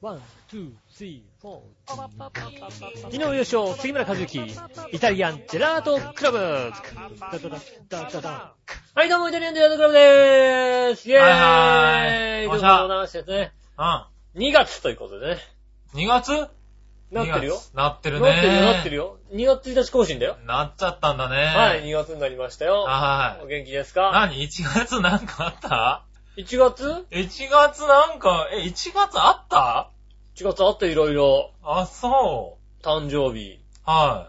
ワン、ツー、スリー、フォー。昨日優勝、杉村和之、イタリアンジェラートクラブ。はい、どうも、イタリアンジェラートクラブでーす。イェーイ。 はいはい。 ということでございましてですね。 うん。 2月ということでね。 2月なってるよ。 なってるね。 なってるよ。2月1日更新だよ。 なっちゃったんだね。 はい、2月になりましたよ。 はい。 お元気ですか？ 何 ?1 月なんかあった ?1 月 ?1 月なんか、1月あった ?1 月あったいろいろ。 あ、そう。 誕生日。 はい。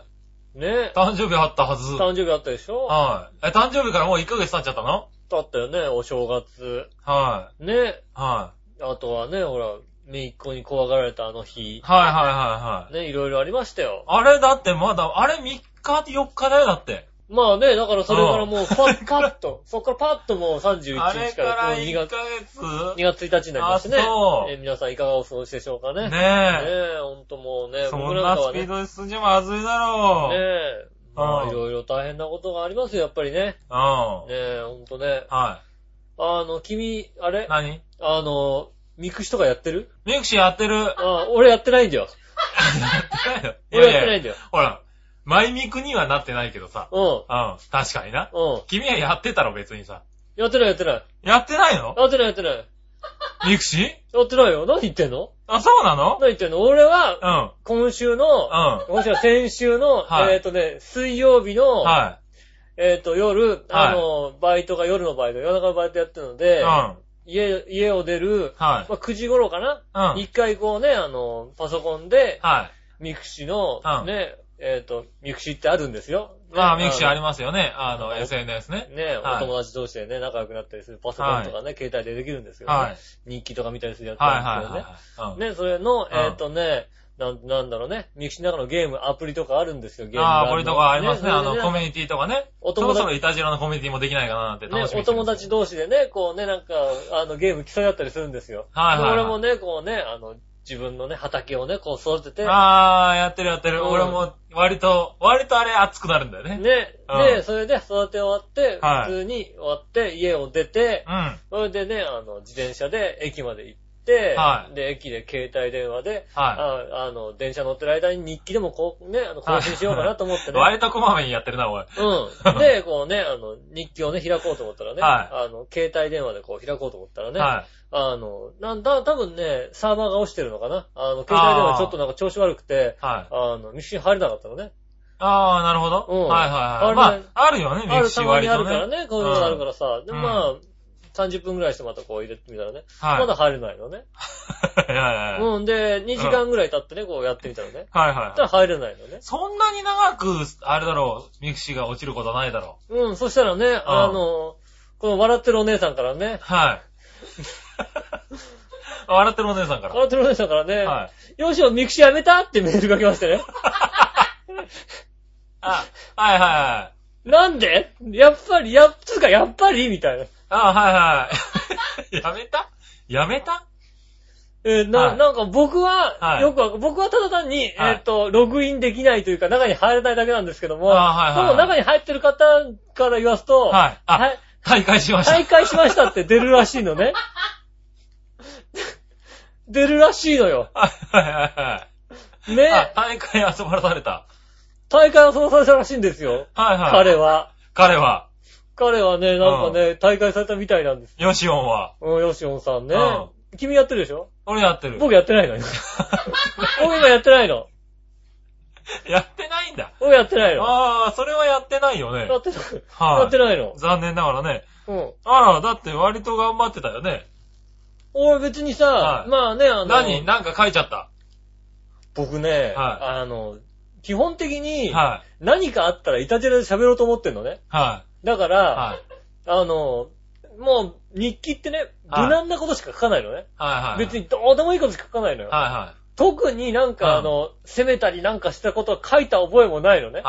ね。 誕生日あったはず。 誕生日あったでしょ？ はい。誕生日からもう1ヶ月経っちゃったの？ だったよね、お正月。 はい。 ね。 はい。 あとはね、ほら、姪っ子に怖がられたあの日。 はいはいはいはい。 ね、いろいろありましたよ。 あれだってまだ、あれ3日4日だよだって。 まあね、だからそれからもうパッと、そっからパッともう31 あれ日からから 2 1 月、 ヶ月 2月1日になりましてね。 そう皆さんいかがお過ごしでしょうかね。 ねえ。 ねえ、ほんともうね、 そんなスピードで進んじゃまずいだろう。 ねえ、まあうんいろいろ大変なことがありますよ、やっぱりね。 うん。 ねえ、ほんとね。 はい。 君、あれ何ミクシとかやってる？ ミクシーやってる。 俺やってないんだよ。 やってないの？ 俺やってないんだよ。 ほら、マイミクにはなってないけどさ。 うん。 うん。確かにな。 うん。 君はやってたろ、別にさ。 やってない。 やってないの？ やってない。 ミクシー？ やってないよ。何言ってんの？ あ、そうなの？ 何言ってんの？俺は、 うん。 先週の、先週の、 はい水曜日の、 は夜、バイトが夜のバイト、夜中のバイトやってるので、 い。うん。 家を出る、 はい。 9時頃かな？ うん。 一回こうね、パソコンで、 はい。 ミクシの、 うんね、ミクシってあるんですよ。ね、 ミクシーありますよね。SNS ね。 ね、 はいお友達同士でね、仲良くなったりするパソコンとかね、携帯でできるんですよね。 はい。 日記とか見たりするやつはいなんですけどね。 はい。 ね、それの、なんだろうね、ミクシーの中のゲーム、アプリとかあるんですよ、ゲームが。 アプリとかありますね。 ねコミュニティとかね。そろそろイタジラのコミュニティもできないかななんて楽しみにしておます。 友達同士でね、こうね、なんか、ゲーム競い合ったりするんですよ。 はいはい。 俺もね、こうね、自分のね、畑をね、こう育てて。 やってる。俺も、割とあれ熱くなるんだよね。 ね。で、それで育て終わって、普通に終わって、家を出て、それでね、自転車で駅まで行って、で、駅で携帯電話で、電車乗ってる間に日記でもこうね、更新しようかなと思ってね。 割とこまめにやってるな、おい。 で、こうね、日記をね、開こうと思ったらね、携帯電話でこう開こうと思ったらね、多分ね、サーバーが落ちてるのかな。携帯電話ちょっとなんか調子悪くて、ミクシー入れなかったのね。 なるほど。まあ、あるよね、ミクシー割とね。 あるからね、こういうのがあるからさ。で、まあ、30分くらいしてまたこう入れてみたらね。まだ入れないのね。で、2時間くらい経ってね、こうやってみたらね。だから入れないのね。 そんなに長く、あれだろう、ミクシーが落ちることはないだろう。そしたらね、この笑ってるお姉さんからね。 笑ってるお姉さんからね。よしよ、ミクシーやめたってメールが来ましてね。なんでやっぱりみたいな。 やめたなんか僕はただ単に、ログインできないというか、中に入れないだけなんですけども、その中に入ってる方から言わすと、 退会しましたって出るらしいのね。出るらしいのよ。ね。 大会遊ばされた。 大会遊ばされたらしいんですよ。彼はね、なんかね、大会されたみたいなんです。 ヨシオンは。 ヨシオンさんね。君やってるでしょ？ 俺やってる。 僕やってないのよ。僕今やってないの。 やってないんだ。 僕やってないの。 それはやってないよね。 やってないの。 残念ながらね。だって割と頑張ってたよね。 俺別にさ、まあね、 なんか書いちゃった。 僕ね、基本的に、何かあったらイタジェラで喋ろうと思ってんのね。だから、もう、日記ってね、無難なことしか書かないのね。別にどうでもいいことしか書かないのよ。特になんか責めたりなんかしたことは書いた覚えもないのね。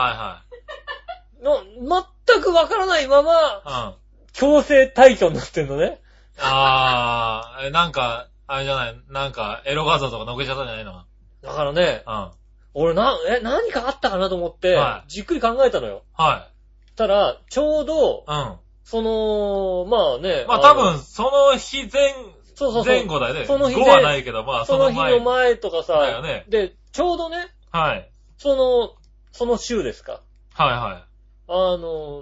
全くわからないまま、強制退去になってんのね。 なんか、あれじゃない、なんか、エロ画像とか載っけちゃったんじゃないの？ だからね、俺何かあったかなと思って、じっくり考えたのよ。たら、ちょうど、まあね。 多分、その日そうそうそう。 前後だよね。 その日で。 5はないけど、まあその前。 その日の前とかさ。 だよね。 で、ちょうどね。 はい。 その週ですか。 はいはい。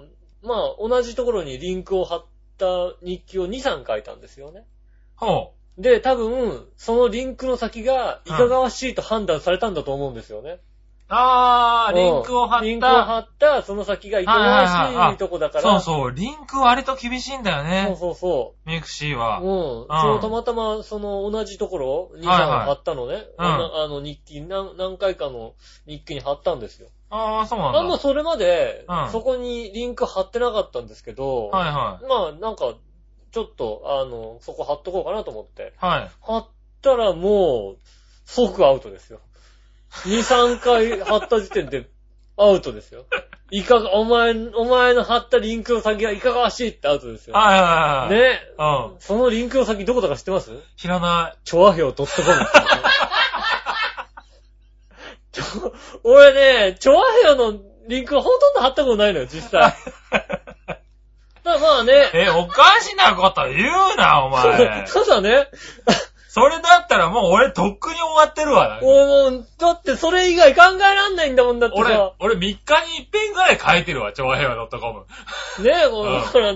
まあ、同じところにリンクを貼った日記を2、3書いたんですよね。 ほう。で、多分、そのリンクの先がいかがわしいと判断されたんだと思うんですよね。 リンクを貼った。 リンクを貼った、その先がいかがわしいとこだから。 そうそう、リンク割と厳しいんだよね。 そうそうそう。 ミクシーは。 たまたま、同じところ、2、3貼ったのね。日記、何回かの日記に貼ったんですよ。 そうなんだ。 あんまそれまで、そこにリンク貼ってなかったんですけど、 はいはい。 まあ、なんか、ちょっと、そこ貼っとこうかなと思って。 はい。 貼ったらもう、即アウトですよ。2、3回貼った時点でアウトですよ。お前の貼ったリンクの先がいかがわしいってアウトですよ。 はいはいはい。 ね。 うん。 そのリンクの先どこだか知ってます？ 知らない。 チョアヘオ .com 俺ね、チョアヘオのリンクはほとんど貼ったことないのよ、実際。だからまあね。 おかしなこと言うな、お前。 ただね。 それだったらもう俺とっくに終わってるわ。 だってそれ以外考えらんないんだもんだってさ。 俺3日に1遍ぐらい書いてるわ、超平和 .com。 ねえ、だから、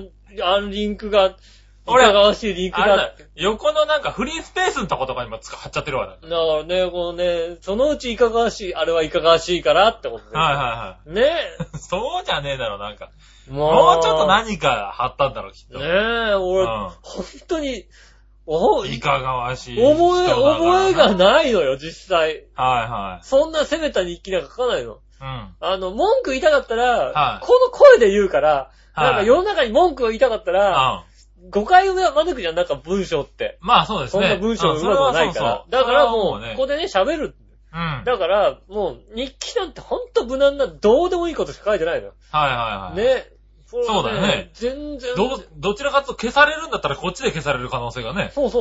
リンクが、いかがわしいリンクだって。 横のなんかフリースペースのとことかにも貼っちゃってるわ。だからね、そのうちいかがわしい、あれはいかがわしいからってことで。 はいはいはい。 ねえ。そうじゃねえだろ、なんか。もうちょっと何か貼ったんだろ、きっと。 ねえ、俺、本当に、 いかがわしい。 覚えがないのよ、実際。 はいはい。 そんな攻めた日記なんか書かないの。 うん。 文句言いたかったら、この声で言うから、なんか世の中に文句を言いたかったら、誤解を招くじゃん、なんか文章って。 まあそうですね。 そんな文章うまくないから。だからもう、ここでね、喋る。 うん。 だから、もう、日記なんてほんと無難な、どうでもいいことしか書いてないの。 はいはいはい。 ね。 そうだよね。 全然。 どちらかと消されるんだったらこっちで消される可能性がね。 そう。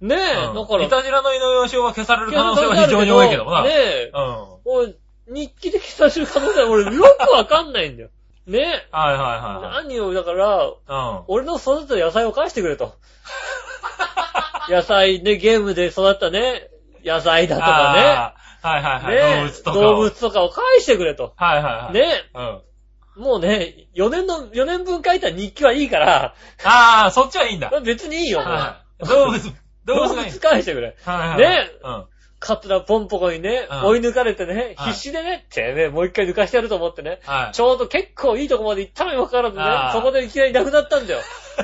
ねえ、だから。 いたじらの井上義雄は消される可能性は非常に多いけどな。 ねえ。俺、日記で消される可能性は俺よくわかんないんだよ。ねえ。 はいはいはい。 何を、だから、俺の育てた野菜を返してくれと。野菜ね、ゲームで育ったね、野菜だとかね。 はいはいはい。 動物とか。動物とかを返してくれと。 はいはいはい。 ねえ。もうね、4年分書いた日記はいいから。 そっちはいいんだ。 別にいいよ、もう。動物返してくれ。ね。カツラポンポコにね、追い抜かれてね、必死でね、てめえもう一回抜かしてやると思ってね。ちょうど結構いいとこまで行ったのにもかかわらずね、そこでいきなりなくなったんだよ。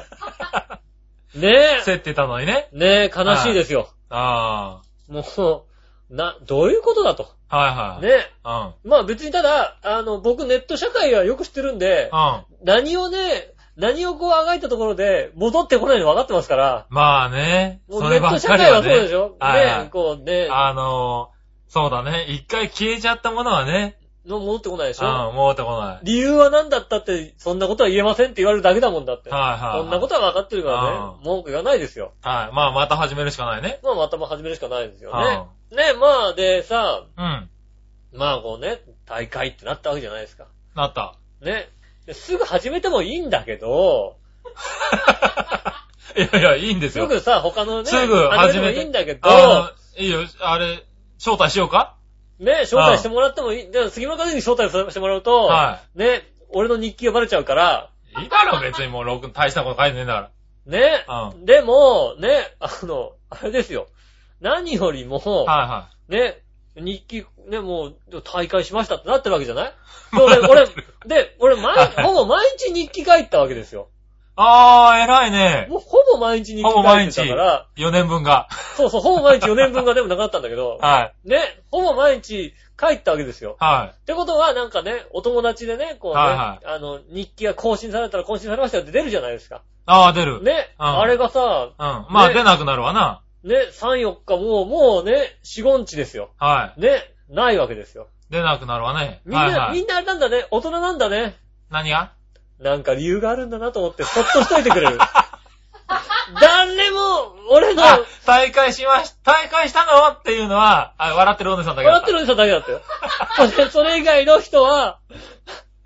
ねえ。 競ってたのにね。 ねえ、悲しいですよ。もう、どういうことだと。 はいはい。 ね。まあ別にただ、僕ネット社会はよく知ってるんで、何をこうあがいたところで戻ってこないの分かってますから。 まあね。 そればっかりはね。ネット社会はそうでしょ。ね、 こうね。そうだね。一回消えちゃったものはね。 戻ってこないでしょ。 戻ってこない。 理由は何だったって、そんなことは言えませんって言われるだけだもんだって。そんなことは分かってるからね。文句言わないですよ。 はい。まあまた始めるしかないね。 また始めるしかないですよね。ね、まあでさ、まあこうね、大会ってなったわけじゃないですか。 なった。 ね。すぐ始めてもいいんだけど、 いや、いいんですよ。 すぐさ、他のね、 すぐ始めてもいいんだけど、 いいよ、招待しようか？ ね、招待してもらってもいい。でも杉村和樹に招待してもらうと、ね、俺の日記がバレちゃうから。 いいだろ、別にもう大したこと書いてねえんだから。 ね、でも、ね、あれですよ。何よりも、ね、日記、ね、もう、大会しましたってなってるわけじゃない？俺、ほぼ毎日日記書いたわけですよ。 偉いね。 もうほぼ毎日日記書いてたから。 4年分が。 そう、ほぼ毎日4年分がでもなかったんだけど。ね、ほぼ毎日書いたわけですよ。ってことは、なんかね、お友達でね、こうね、日記が更新されたら更新されましたよって出るじゃないですか。 出る。 ね、あれがさ、 まあ出なくなるわな。 ね、3、4日もうね、4、5日ですよ。ね、ないわけですよ。 出なくなるわね。 みんなあれなんだね、大人なんだね。 何が？ なんか理由があるんだなと思って、そっとしといてくれる。誰も、俺の。 大会したのっていうのは、笑ってるお姉さんだけだった。 笑ってるお姉さんだけだったよ。それ以外の人は、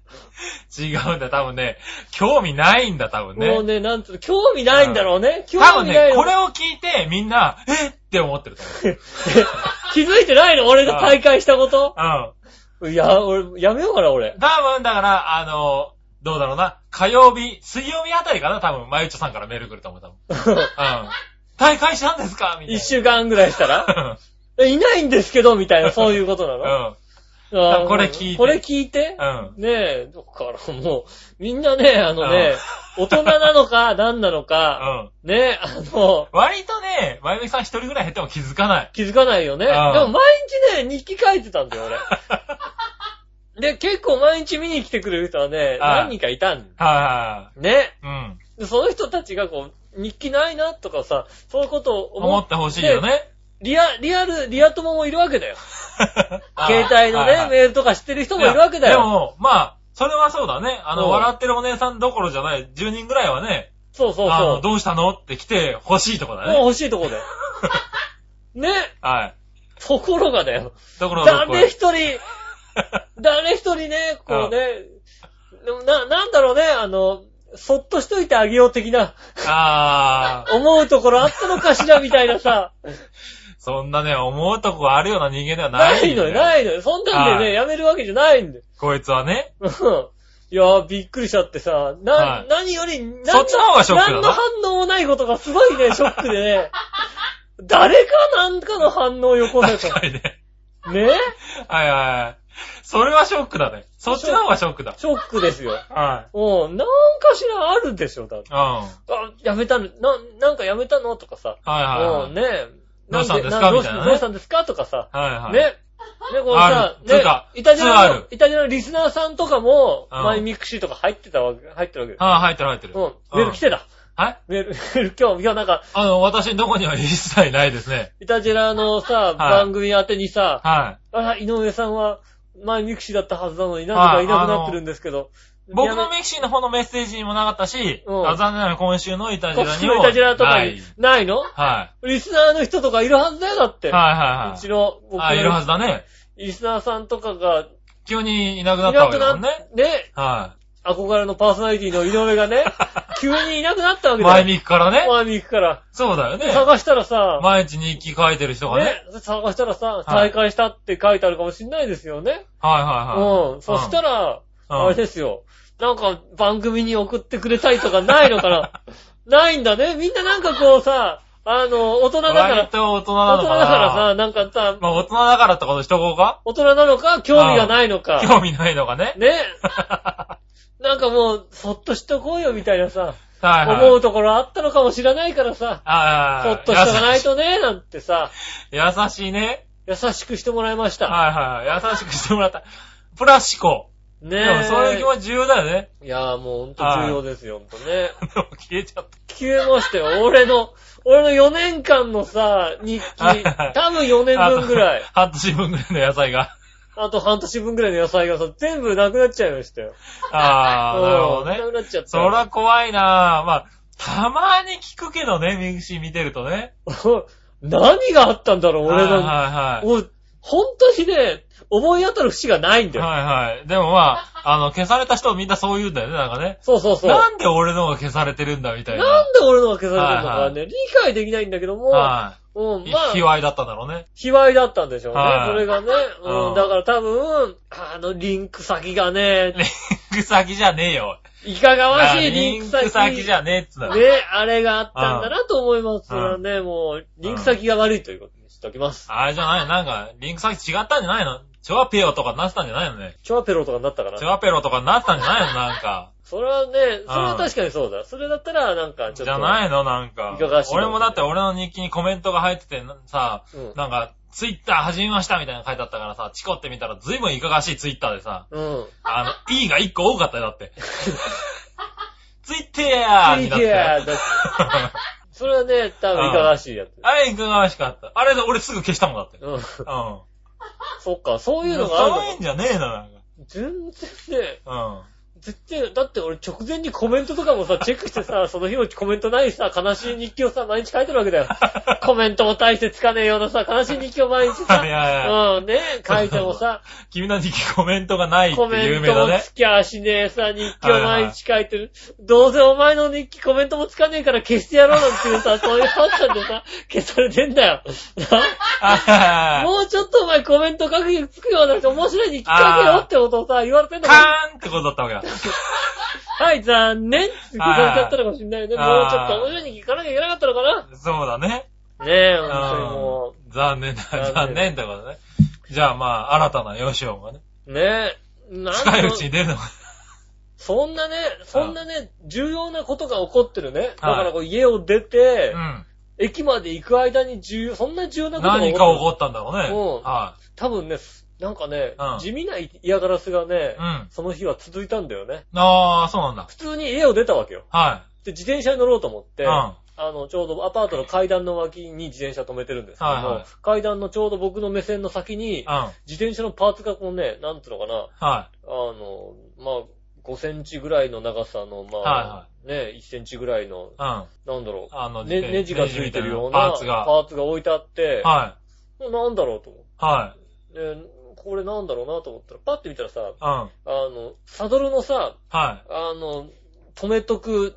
違うんだ、多分ね。興味ないんだ、多分ね。 もうね、なんつうの、興味ないんだろうね。興多分味ないね、これを聞いてみんな、って思ってると思う。 気づいてないの俺が大会したこと？ うん。 いや、俺、やめようかな、俺。 多分、だから、どうだろうな。火曜日、水曜日あたりかな、多分、まゆちょさんからメール来ると思う、多分。うん。大会したんですかみたいな。 1週間ぐらいしたらいないんですけど、みたいな、そういうことなの？ うん。これ聞いて。 うん。 ねえ、だからもう、みんなね、大人なのか、何なのか、ね、 割とね、まゆみさん一人ぐらい減っても気づかない。 気づかないよね。でも毎日ね、日記書いてたんだよ、俺。で、結構毎日見に来てくれる人はね、何人かいたんだよ。 はい。 ね。 うん。 で、その人たちがこう、日記ないなとかさ、そういうことを思ってほしいよね。 リア友もいるわけだよ。携帯のね、メールとか知ってる人もいるわけだよ。 でも、まあ、それはそうだね。笑ってるお姉さんどころじゃない10人ぐらいはね、 そう。 どうしたのって来て欲しいとこだね。 もう欲しいとこだよ。ね。 はい。 ところがだよ。誰一人ね、こうね、なんだろうね、そっとしといてあげよう的な、思うところあったのかしらみたいなさ。 そんなね、思うとこあるような人間ではないのよ。そんなんでね、やめるわけじゃないんだよ。 こいつはね。 いやー、びっくりしちゃってさ、何より、 そっちの方がショックだな。 何の反応もないことがすごいね、ショックでね。誰かなんかの反応をよこせと。 確かにね。 ね？ はい。それはショックだね。そっちの方がショックだ。 ショックですよ。 はい。 なんかしらあるでしょ、だって。やめたの、なんかやめたのとかさ。ねどうしたんですかみたいなね。 どうしたんですかとかさ。ね、このさ、イタジラのリスナーさんとかも、マイミクシーとか入ってるわけ。 入ってる。 メール来てた。 はい？ メール、今日なんか。 私のとこには一切ないですね。 イタジラのさ、番組宛てにさ、井上さんは、前ミクシーだったはずなのになぜかいなくなってるんですけど。 僕のミクシーの方のメッセージにもなかったし、残念ながら今週のイタジラにも。 今週のイタジラとかにないの？ はい。 リスナーの人とかいるはずだよ、だって。 はい。 うちの、 いるはずだね。 リスナーさんとかが、 急にいなくなったわけだもんね。 ね。 はい。 憧れのパーソナリティの井上がね、急にいなくなったわけだよ。 前ミクからね。 前ミクから。 そうだよね。 探したらさ、 毎日日記書いてる人がね。 探したらさ、再開したって書いてあるかもしんないですよね。 はい。 そしたら、あれですよ。なんか番組に送ってくれたりとかないのかなないんだね。みんななんかこうさ、大人だから。 割と大人なのかな。 大人だからさ、なんかさ、 まあ大人だからってことしとこうか？ 大人なのか、興味がないのか。 興味ないのかね。 ね。なんかもう、そっとしとこうよみたいなさ、思うところあったのかもしれないからさ、そっとしとかないとね、なんてさ。 優しいね。 優しくしてもらいました。 優しくしてもらった。プラシコ。 ねえ。 でもそういう気持ち重要だよね。 いやーもうほんと重要ですよ、ほんとね。でも消えちゃった。 消えましたよ。俺の4年間のさ、日記、多分4年分ぐらい。 半年分ぐらいの野菜が。 あと半年分ぐらいの野菜がさ、全部なくなっちゃいましたよ。 なるほどね。 なくなっちゃった。 そら怖いなぁ。まあ、たまに聞くけどね、ミクシー見てるとね。 何があったんだろう、俺の。本当にね、思い当たる節がないんだよ。 でもまあ、消された人みんなそう言うんだよね、なんかね。 そう。 なんで俺のが消されてるんだ、みたいな。 なんで俺のが消されてるのかね、理解できないんだけども、 卑猥だったんだろうね。 卑猥だったんでしょうね、それがね。だから多分、リンク先がね。 リンク先じゃねえよ。 いかがわしいリンク先。 リンク先じゃねえっつうの。 ね、あれがあったんだなと思います。それはね、もう、リンク先が悪いということにしておきます。 あれじゃないなんか、リンク先違ったんじゃないの？チョアペオとかになってたんじゃないのね。 チョアペロとかになったかな。 チョアペロとかになってたんじゃないのなんか。 それはね、それは確かにそうだ。それだったら、なんか、ちょっと。 じゃないのなんか。 いかがわしい。 俺もだって俺の日記にコメントが入っててさ、なんか、ツイッター始めましたみたいなの書いてあったからさ、チコって見たら随分いかがわしいツイッターでさ、いいが1個多かったよ、だって。ツイッターになって。 それはね、多分いかがわしいやつ。 あれいかがわしかった。あれで俺すぐ消したもんだって。 そっか、そういうのがあるの。 そういうんじゃねえな、なんか。 全然ね。 絶対、だって俺直前にコメントとかもさ、チェックしてさ、その日のコメントないさ、悲しい日記をさ、毎日書いてるわけだよ。コメントも大してつかねえようなさ、悲しい日記を毎日さ、うん、ね、書いてもさ、 君の日記コメントがないって有名だね。 コメントもつきゃしねえさ、日記を毎日書いてる。どうせお前の日記コメントもつかねえから消してやろうなんていうさ、そういう判断でさ、消されてんだよ。もうちょっとお前コメント書くつくような面白い日記書けよってことをさ、言われてんだから。 カーンってことだったわけだ。 はい、残念って言われちゃったのかもしれないよね。もうちょっと面白い日記書かなきゃいけなかったのかな。 そうだね。 ねえ、本当にもう。残念ってことね。じゃあまあ、新たなヨシオンがね。 ねえ。近いうちに出るのか。 そんなね、重要なことが起こってるね。だからこう家を出て、駅まで行く間にそんな重要なことが何か起こったんだろうね。 多分ね、なんかね、地味な嫌がらせがね、その日は続いたんだよね。 ああ、そうなんだ。 普通に家を出たわけよ。で、自転車に乗ろうと思って、ちょうどアパートの階段の脇に自転車止めてるんですけども、階段のちょうど僕の目線の先に、自転車のパーツがこうね、なんていうのかな、まあ、5センチぐらいの長さの、まあ、ね、1センチぐらいの、なんだろう、ネジがついてるようなパーツが置いてあって、なんだろうと思って。これなんだろうなと思ったら、パッて見たらさ、サドルのさ、止めとく、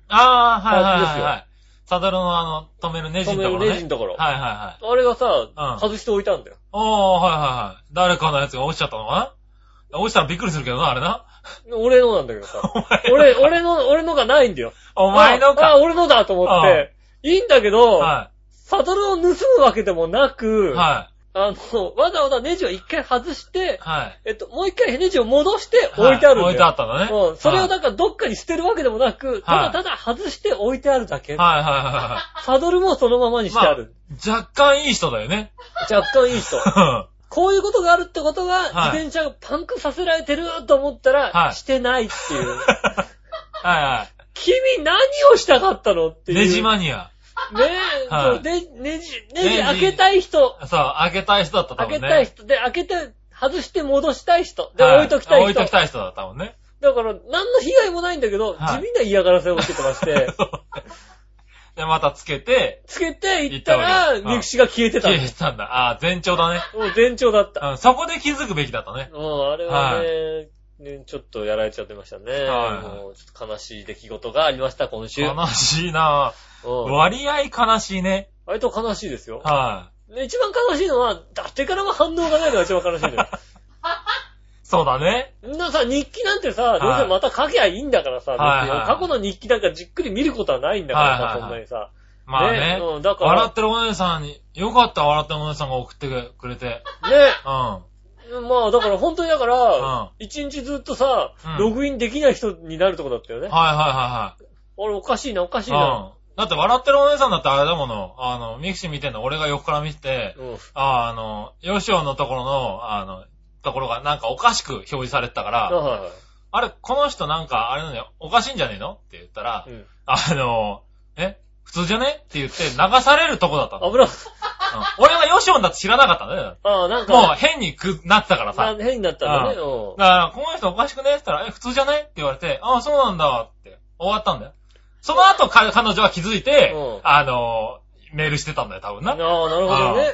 サドルの止めるネジのところね。 止めるネジのところ。あれがさ、外して置いたんだよ。 誰かのやつが落ちちゃったのかな？落ちたらびっくりするけどな、あれな。 俺のなんだけどさ。俺のがないんだよ。 お前のか。 俺のだと思って。いいんだけど、サドルを盗むわけでもなく、わざわざネジを一回外して、もう一回ネジを戻して置いてあるんだよ。 置いてあったのね。 それをなんかどっかに捨てるわけでもなく、ただ外して置いてあるだけ。サドルもそのままにしてある。 若干いい人だよね。 若干いい人。こういうことがあるってことは、自転車がパンクさせられてると思ったら、してないっていう。君何をしたかったのっていう。 ネジマニア。 ねえ、ネジ開けたい人。 そう、開けたい人だった多分ね。 開けたい人。で、開けて、外して戻したい人。で、置いときたい人。 置いときたい人だったもんね。 だから、何の被害もないんだけど、地味な嫌がらせを受けてまして。 で、またつけて行ったら、ミクシが消えてた。 消えてたんだ。前兆だね。 前兆だった。 そこで気づくべきだったね。 あれはね、ちょっとやられちゃってましたね。もうちょっと悲しい出来事がありました、今週。 悲しいなぁ。割合悲しいね。 割と悲しいですよ。一番悲しいのは、誰からも反応がないのが一番悲しいのよ。 そうだね。 日記なんてさ、どうせまた書けばいいんだからさ、過去の日記なんかじっくり見ることはないんだからさ、そんなにさ。 まあね。笑ってるお姉さんに、よかった笑ってるお姉さんが送ってくれて。ね。 まあだから本当に一日ずっとさ、ログインできない人になるとこだったよね。あれおかしいな。 だって笑ってるお姉さんだってあれだもの、ミクシー見てんの俺が横から見てて、ヨシオのところの、ところがなんかおかしく表示されてたから、あれ、この人なんか、あれなんだよ、おかしいんじゃねえのって言ったら、普通じゃねって言って流されるとこだったの。 危ない。 俺はヨシオンだって知らなかったんだよ。 なんか。 もう変になったからさ。 変になったんだね。だから、この人おかしくねって言ったら、普通じゃねって言われて、そうなんだって終わったんだよ。その後、彼女は気づいて、メールしてたんだよ、多分な。 なるほどね。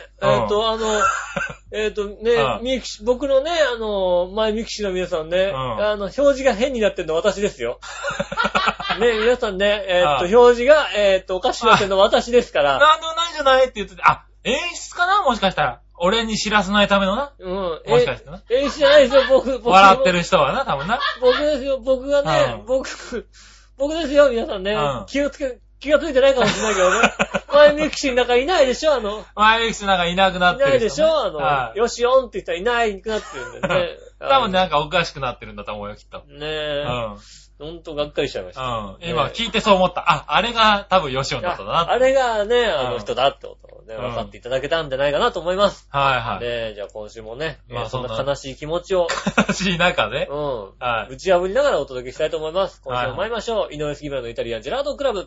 僕のね、前ミクシーの皆さんね、表示が変になってるの私ですよ。ね、皆さんね、表示が、おかしくなってるの私ですから。 なんでもないじゃないって言ってて、演出かなもしかしたら。俺に知らせないためのな。もしかしてな。 演出じゃないですよ、僕。 笑ってる人はな、多分な。 僕ですよ、僕がね、僕ですよ、皆さんね。気がついてないかもしれないけどね。前ミクシーの中いないでしょ、 前ミクシーの中いなくなってる。 いないでしょ、よしおんって言ったらいないくなってるんだよね。 多分なんかおかしくなってるんだと思うよ、きっと。 ねえ。 ほんとがっかりしちゃいました。 うん。今聞いてそう思った。あれが多分ヨシオンだったな。 あれがね、あの人だってことをね、分かっていただけたんじゃないかなと思います。 はいはい。 ねじゃあ今週もね、そんな悲しい気持ちを。 悲しい中ね。 はい。打ち破りながらお届けしたいと思います。今週も参りましょう。井上杉村のイタリアンジェラートクラブ。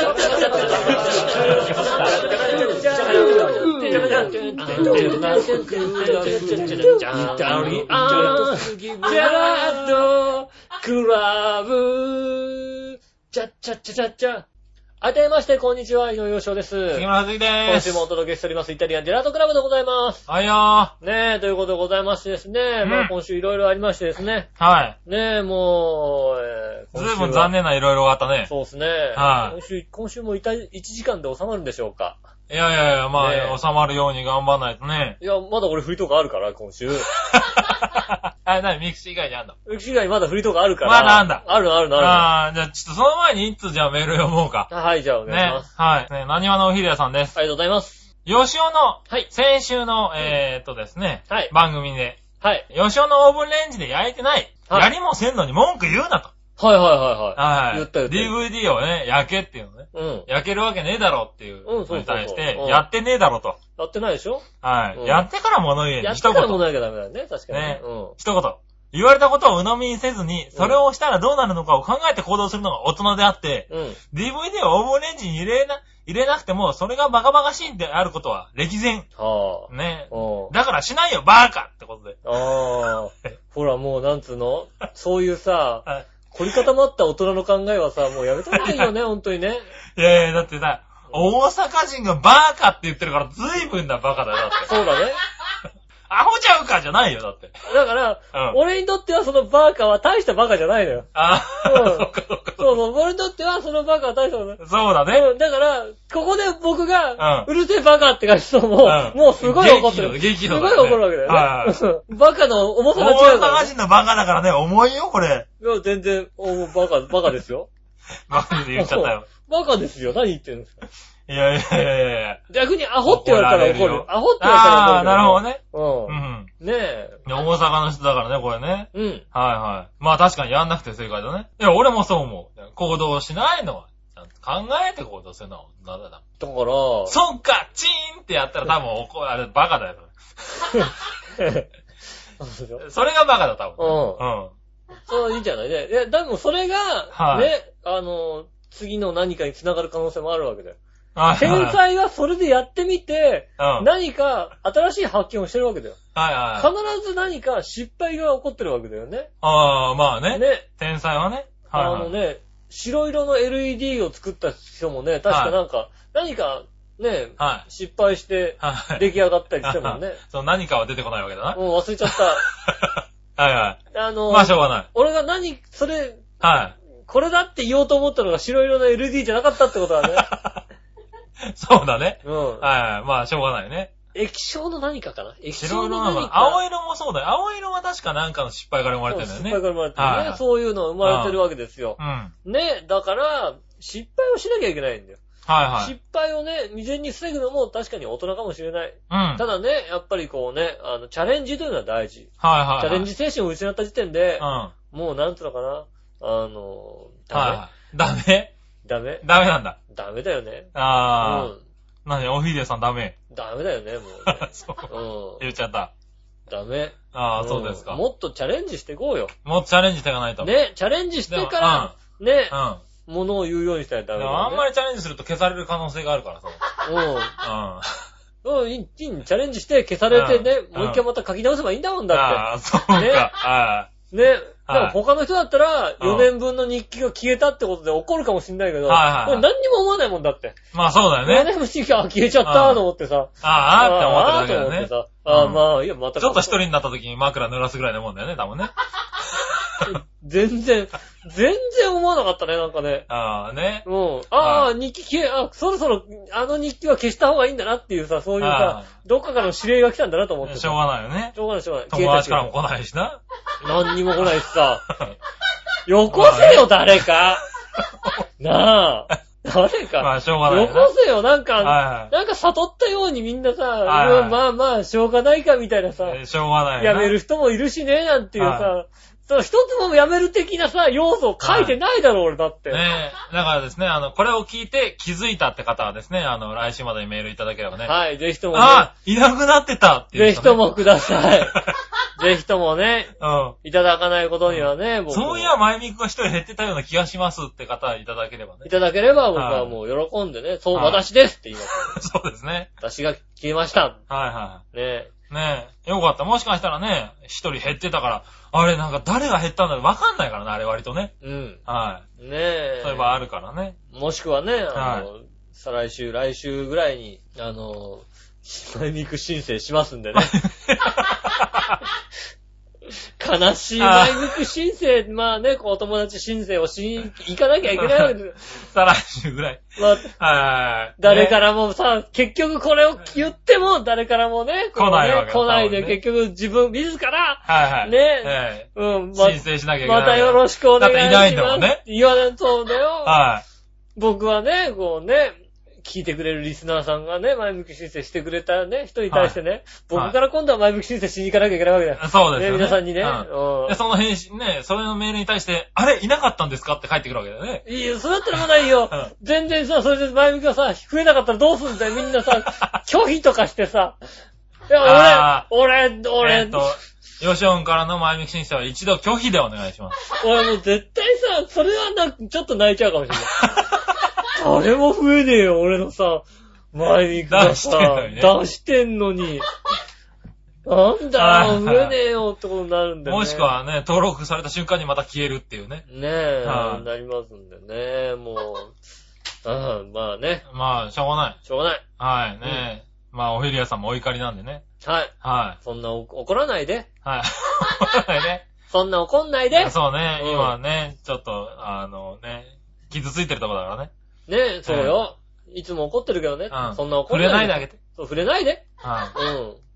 あけまして、こんにちは、井上洋翔です。 杉村杉です。 今週もお届けしております、イタリアンジェラートクラブでございます。 はいよー。ねえ、ということでございましてですね、まあ今週いろいろありましてですね。 はい。 ねえ、もう、ずいぶん残念ないろいろあったね。 そうですね。 はい。 今週も1時間で収まるんでしょうか。 いや、まあ、収まるように頑張んないとね。 いや、まだ俺フリートークあるから、今週。 ミクシー以外にあんの？ ミクシー以外にまだフリートークあるから。 まだあんだ。 ある。 じゃあちょっとその前に一通じゃあメール読もうか。 はい、じゃあお願いします。 ね、はい。ね、なにわのおひでやさんです。 ありがとうございます。 ヨシオの、先週の、ですね、番組で、ヨシオのオーブンレンジで焼いてない。やりもせんのに文句言うなと。 はい。言った。 DVD をね、焼けっていうのね。うん。焼けるわけねえだろっていうのに対して、やってねえだろと。 やってないでしょ？ はい。やってから物言え。 やってから物言えなきゃダメだよね、確かに。ね。 一言。言われたことを鵜呑みにせずに、それをしたらどうなるのかを考えて行動するのが大人であって、DVD をオーブンレンジに入れなくても、それがバカバカしいんであることは歴然。ね。だからしないよ、バーカってことで。 ほら、もうなんつうの？そういうさ、凝り固まった大人の考えはさ、もうやめた方がいいよね、本当にね。 いや、だってさ、大阪人がバーカって言ってるから随分なバカだよ、だって。 そうだね。 アホちゃうかじゃないよ、だって。 だから、俺にとってはそのバカは大したバカじゃないのよ。そっか。俺にとってはそのバカは大したバカ。 そうだね。 だから、ここで僕が、うるせえバカって感じともうすごい怒ってる。 激怒すごい怒るわけだよね。バカの重さが違うから。 大阪人のバカだからね、重いよ、これ。 いや、全然、バカですよ。 バカで言っちゃったよ。 バカですよ。何言ってるんですか。 いや。 逆にアホって言われたら怒る。アホって言われたら怒る。 なるほどね。 ねえ。 大阪の人だからね、これね。 はい。 まあ確かにやんなくて正解だね。いや、俺もそう思う。行動しないのは、ちゃんと考えて行動するのは大人だな。 だから、 そっかチーンってやったら多分あれバカだよ。それがバカだ、多分。 そう、いいんじゃないね。でもそれが、ね、次の何かに繋がる可能性もあるわけだよ。天才はそれでやってみて、何か新しい発見をしてるわけだよ。必ず何か失敗が起こってるわけだよね。 まあね。天才はね。 白色の LED を作った人もね、確か何かね、失敗して出来上がったりしてもんね。 そう、何かは出てこないわけだな。 もう忘れちゃった。 まあしょうがない。 俺がこれだって言おうと思ったのが白色の LED じゃなかったってことはね。 そうだね。まあ、しょうがないね。 液晶の何かかな？ 白色の何か。青色もそうだよ。青色は確か何かの失敗から生まれてるんだよね。 失敗から生まれてるね。そういうの生まれてるわけですよ。ね、だから、失敗をしなきゃいけないんだよ。失敗をね、未然に防ぐのも確かに大人かもしれない。ただね、やっぱりこうね、チャレンジというのは大事。チャレンジ精神を失った時点で、もうなんつうのかな、 ダメなんだ。 ダメだよね。 おひでさんダメ。 ダメだよね、もう、ね。 そう。言っちゃった。 ダメ。 そうですか。 もっとチャレンジしていこうよ。 もっとチャレンジしていかないと。 ね、チャレンジしてから、ね、ものを言うようにしたらダメだよね。 あんまりチャレンジすると消される可能性があるからさ。いい、チャレンジして消されてね、もう一回また書き直せばいいんだもんだって。 そうか。 ね。でも他の人だったら、4年分の日記が消えたってことで怒るかもしんないけど、これ何にも思わないもんだって。 まあそうだよね。 4年分の日記が消えちゃったと思ってさ。 って思ってただけだよね。 まあ、いや、また。 ちょっと一人になった時に枕濡らすぐらいのもんだよね、多分ね。 全然思わなかったね、なんかね。日記そろそろ日記は消した方がいいんだなっていうさ、そういうさ、どっかからの指令が来たんだなと思って。 しょうがないよね。 しょうがない。 友達からも来ないしな。 何にも来ないしさ。よこせよ、誰か。なあ。誰か。 まあ、しょうがない。 よこせよ、なんか悟ったようにみんなさ、まあ、しょうがないかみたいなさ。 しょうがない。 やめる人もいるしね、なんていうさ、 一つもやめる的なさ、要素を書いてないだろ、俺だって。 ねえ。だからですね、これを聞いて気づいたって方はですね、来週までにメールいただければね。 はい、ぜひともね。 いなくなってたっていう、 ね。ぜひともください。ぜひともね、いただかないことにはね、僕そういや、前ミクが一人減ってたような気がしますって方いただければね。 いただければ僕はもう喜んでね、そう、私ですって言います。 そうですね。 私が消えました。 はいはい。 ねえ。よかった。もしかしたらね、一人減ってたから、あれなんか誰が減ったんだろうわかんないからね、あれ割とね。 うん。 はい。 ねえ。 そういえばあるからね。 もしくはね、再来週、来週ぐらいに、前ミク申請しますんでね。悲しい前ミク申請、まあね、お友達申請をしに行かなきゃいけないわけです。 再来週ぐらい。 はい。誰からもさ、結局これを言っても、誰からもね、 来ないわけ来ないで、結局自分自ら、ね、 申請しなきゃいけない。 またよろしくお願いします。 だっていないんだもんね。 言わないとだよ。 はい。 僕はね、聞いてくれるリスナーさんがね、前向き申請してくれたね、人に対してね、僕から今度は前向き申請しに行かなきゃいけないわけだよ。 そうですよね。 皆さんにね。 で、その返信ね、それのメールに対して、あれいなかったんですかって返ってくるわけだよね。 いいよ、そうだったらまだいいよ。全然さ、それで前向きがさ、増えなかったらどうすんだよ、みんなさ、拒否とかしてさ。いや、俺、 ヨシオンからの前向き申請は一度拒否でお願いします。 俺もう絶対さ、それはちょっと泣いちゃうかもしれない。誰も増えねえよ、俺のさ、前ミクがさ、出してんのに。なんだよ、増えねえよってことになるんだよね。 もしくはね、登録された瞬間にまた消えるっていうね。 ねえ、なりますんでね、もう。まあね。 まあ、しょうがない。 しょうがない。 はいね。まあ、オフィリアさんもお怒りなんでね。 はい。 はい。 そんな怒らないで。 はい。怒らないで。 そんな怒んないで。 そうね、今ね、ちょっと、傷ついてるとこだからね。 ねえ、そうよ。いつも怒ってるけどね。そんな怒んないで。触れないであげて。 そう、触れないで。 はい。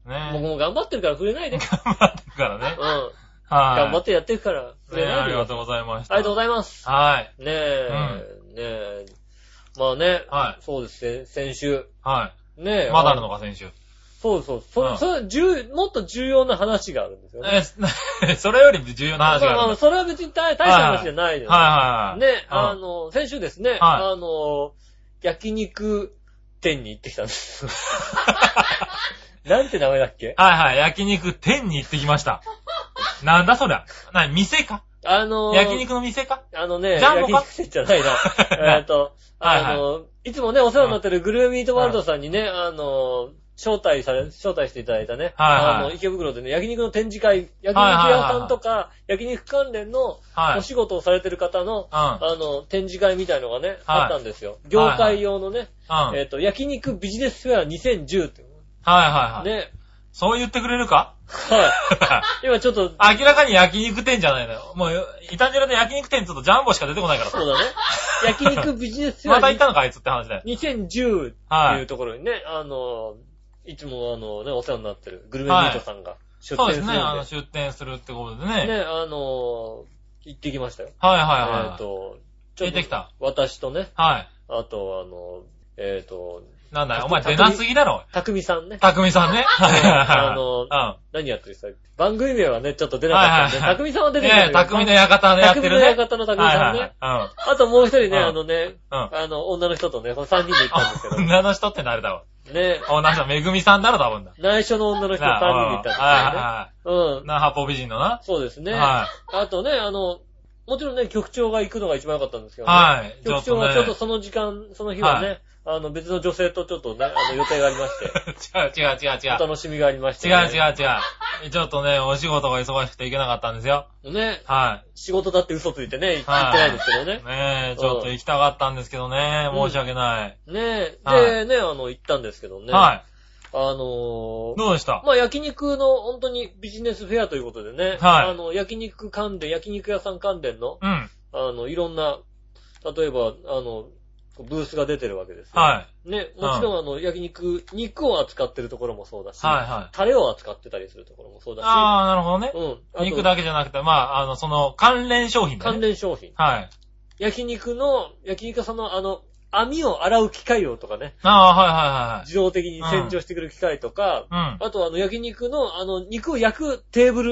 ね僕も頑張ってるから触れないで。 頑張ってるからね。 はい。頑張ってやってるから触れないで。 ありがとうございました。 ありがとうございます。 はい。 ねえ。まあね。 はい。 そうですね、先週。 はい。 ねえ。 まだあるのか、先週。 そうそう。もっと重要な話があるんですよね。 それより重要な話がある。 まあ、それは別に大した話じゃないです。 はい。 ね、先週ですね、焼肉店に行ってきたんです。なんて名前だっけ？ はい。焼肉店に行ってきました。なんだそりゃ。店か？焼肉の店か？ ジャンボか？焼肉店じゃないな。いつもね、お世話になってるグルメミートワールドさんにね、招待していただいたね。池袋でね、焼肉の展示会、焼肉屋さんとか、焼肉関連のお仕事をされてる方の、展示会みたいのがね、あったんですよ。業界用のね、焼肉ビジネスフェア2010って。 はい。 ね。 そう言ってくれるか？ はい。今ちょっと。 明らかに焼肉店じゃないのよ。もう、イタジラで焼肉店ちょっとジャンボしか出てこないから。 そうだね。焼肉ビジネスフェア。 また行ったのかあいつって話だよ。 2010っていうところにね、いつもお世話になってるグルメミートさんが出店するんで。 そうですね、出店するってことでね。 ね、行ってきましたよ。 はい。 行ってきた。私とね。 はい。 あと、 なんだよ、お前出なすぎだろ。 たくみさんね。 たくみさんね。 何やってる人番組名はね、ちょっと出なかったんで、たくみさんは出てきた。 たくみの館でやってるね。 たくみの館のたくみさんね。あともう一人ね、女の人とね、3人で行ったんですけど。 女の人って誰だわ。 ね。 女の人、めぐみさんだろ、多分だ。 内緒の女の人3人で行ったんですよね。 八方美人のな。 そうですね。あとね、もちろんね、局長が行くのが一番良かったんですけどね。 はい。 局長はちょっとその時間、その日はね、別の女性とちょっとね、予定がありまして。 違う。 お楽しみがありまして、 ね。違う。ちょっとね、お仕事が忙しくて行けなかったんですよ。 ね。 はい。 仕事だって嘘ついてね、行ってないですけどね。 ねえ、ちょっと行きたかったんですけどね、申し訳ない。 ねえ。で、ね、行ったんですけどね。 はい。 どうでした？ まあ、焼肉の本当にビジネスフェアということでね。 はい。 焼肉屋さん関連の、いろんな、例えば、ブースが出てるわけですよ。 はい。 ね、もちろん肉を扱ってるところもそうだし、 はい。 タレを扱ってたりするところもそうだし。 ああ、なるほどね。肉だけじゃなくて、まあ、その、関連商品だね。 関連商品。 はい。 焼肉屋さんの網を洗う機械をとかね。 ああ、はい。 自動的に洗浄してくる機械とか、 あと焼肉の肉を焼くテーブル。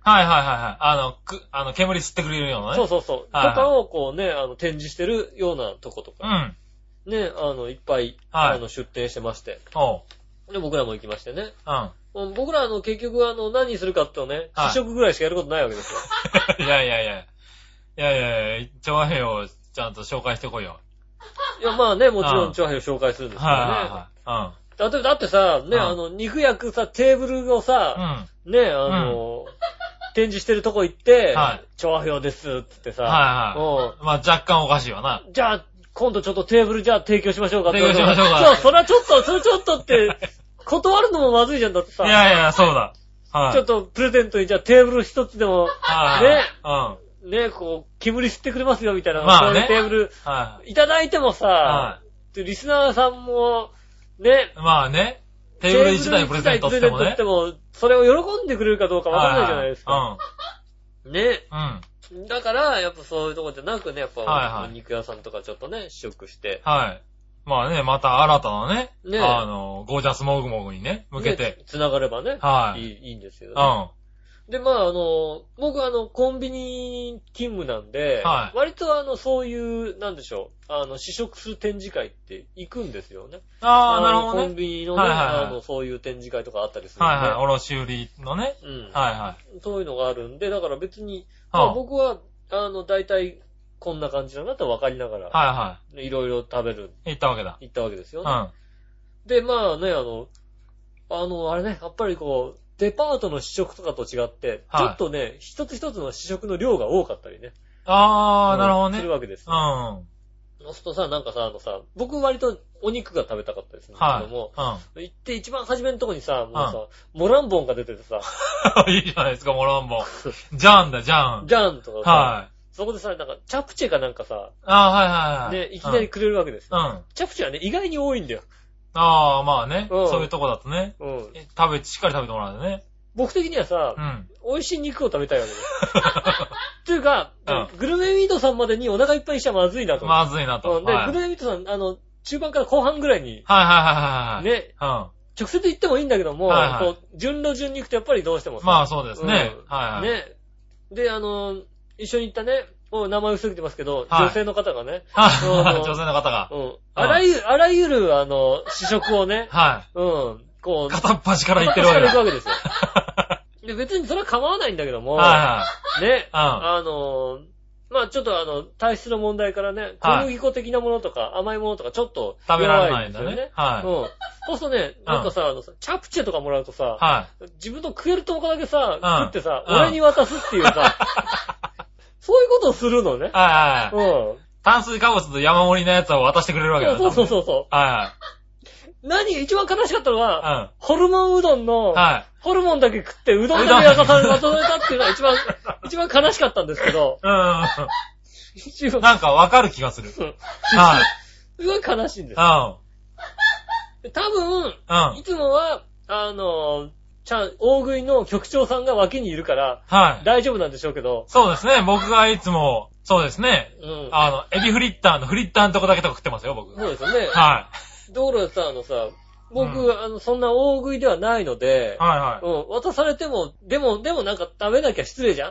はいはいはいはい。煙吸ってくれるようなね。 そうそうそう。とかをこうね、展示してるようなとことか。ね、いっぱい、出店してまして。で、僕らも行きましてね。僕ら結局何にするかってね、試食ぐらいしかやることないわけですよ。 いやいやいや。いやいや、調和平をちゃんと紹介してこいよ。 いや、まあね、もちろん調和平を紹介するんですけどね。だってさ、ね、肉焼くさ、テーブルをさ、ね、展示してるとこ行って、調和平ですってってさ、 まあ若干おかしいわな。 じゃあ、今度ちょっとテーブルじゃあ提供しましょうかって。 提供しましょうか。 そう、それちょっとって、断るのもまずいじゃんだってさ。 いやいや、そうだ。 ちょっとプレゼントにじゃあテーブル一つでも、ね、こう、煙吸ってくれますよみたいな、 まあね、 テーブル、いただいてもさ、リスナーさんも、ね、 まあね、テーブル一台プレゼントしてもね。 それを喜んでくれるかどうかわかんないじゃないですか。ね。だから、やっぱそういうとこじゃなくね、やっぱ、肉屋さんとかちょっとね、試食して。 まあね、また新たなね、ゴージャスモグモグにね、向けて。 繋がればね、いいんですよね。で、まあ僕コンビニ勤務なんで、割とそういう、なんでしょう、試食する展示会って行くんですよね。 なるほどね。 コンビニのね、そういう展示会とかあったりするんで。 卸売のね。 そういうのがあるんで、だから別に、僕は、大体、こんな感じだなと分かりながら、いろいろ食べる。 行ったわけだ。 行ったわけですよね。で、まあね、あれね、やっぱりこう、デパートの試食とかと違って、ちょっとね、一つ一つの試食の量が多かったりね。 なるほどね。 するわけです。そうするとさ、なんかさ、僕割とお肉が食べたかったりするんだけども、行って一番初めのとこにさ、もうさ、モランボンが出ててさ。 いいじゃないですか、モランボン。ジャンだ、ジャン。 ジャンとかさ、そこでさ、なんか、チャプチェかなんかさ、ね、いきなりくれるわけですよ。チャプチェはね、意外に多いんだよ。 まあね。そういうとこだとね。しっかり食べてもらうんだね。 僕的にはさ、美味しい肉を食べたいわけです。っていうか、グルメミートさんまでにお腹いっぱいにしちゃまずいなと。 まずいなと。 で、グルメミートさん、中盤から後半ぐらいに、ね、直接行ってもいいんだけども、順路順に行くとやっぱりどうしてもさ。 まあそうですね。 ね。で、一緒に行ったね、名前薄れてますけど、女性の方がね。 女性の方が。 あらゆる、試食をね。こう。 片っ端から行ってるわけです。片っ端から行くわけですよ。で、別にそれは構わないんだけども、ね。まあちょっと体質の問題からね、小麦粉的なものとか甘いものとかちょっと食べられないんだね。 そうするとね、なんかさ、チャプチェとかもらうとさ、自分の食える10日だけさ、食ってさ、俺に渡すっていうさ、そういうことをするのね。 炭水化物と山盛りのやつを渡してくれるわけだね。 そう。一番悲しかったのは、ホルモンうどんの、ホルモンだけ食って、うどんだけ渡されたっていうのが一番悲しかったんですけど。 なんかわかる気がする。すごい悲しいんです。多分、いつもは、大食いの局長さんが脇にいるから、大丈夫なんでしょうけど。 そうですね。僕がいつも、そうですね。エビフリッターのフリッターのとこだけとか食ってますよ、僕。 そうですよね。ところでさ、僕、そんな大食いではないので、渡されても、でもなんか食べなきゃ失礼じゃん。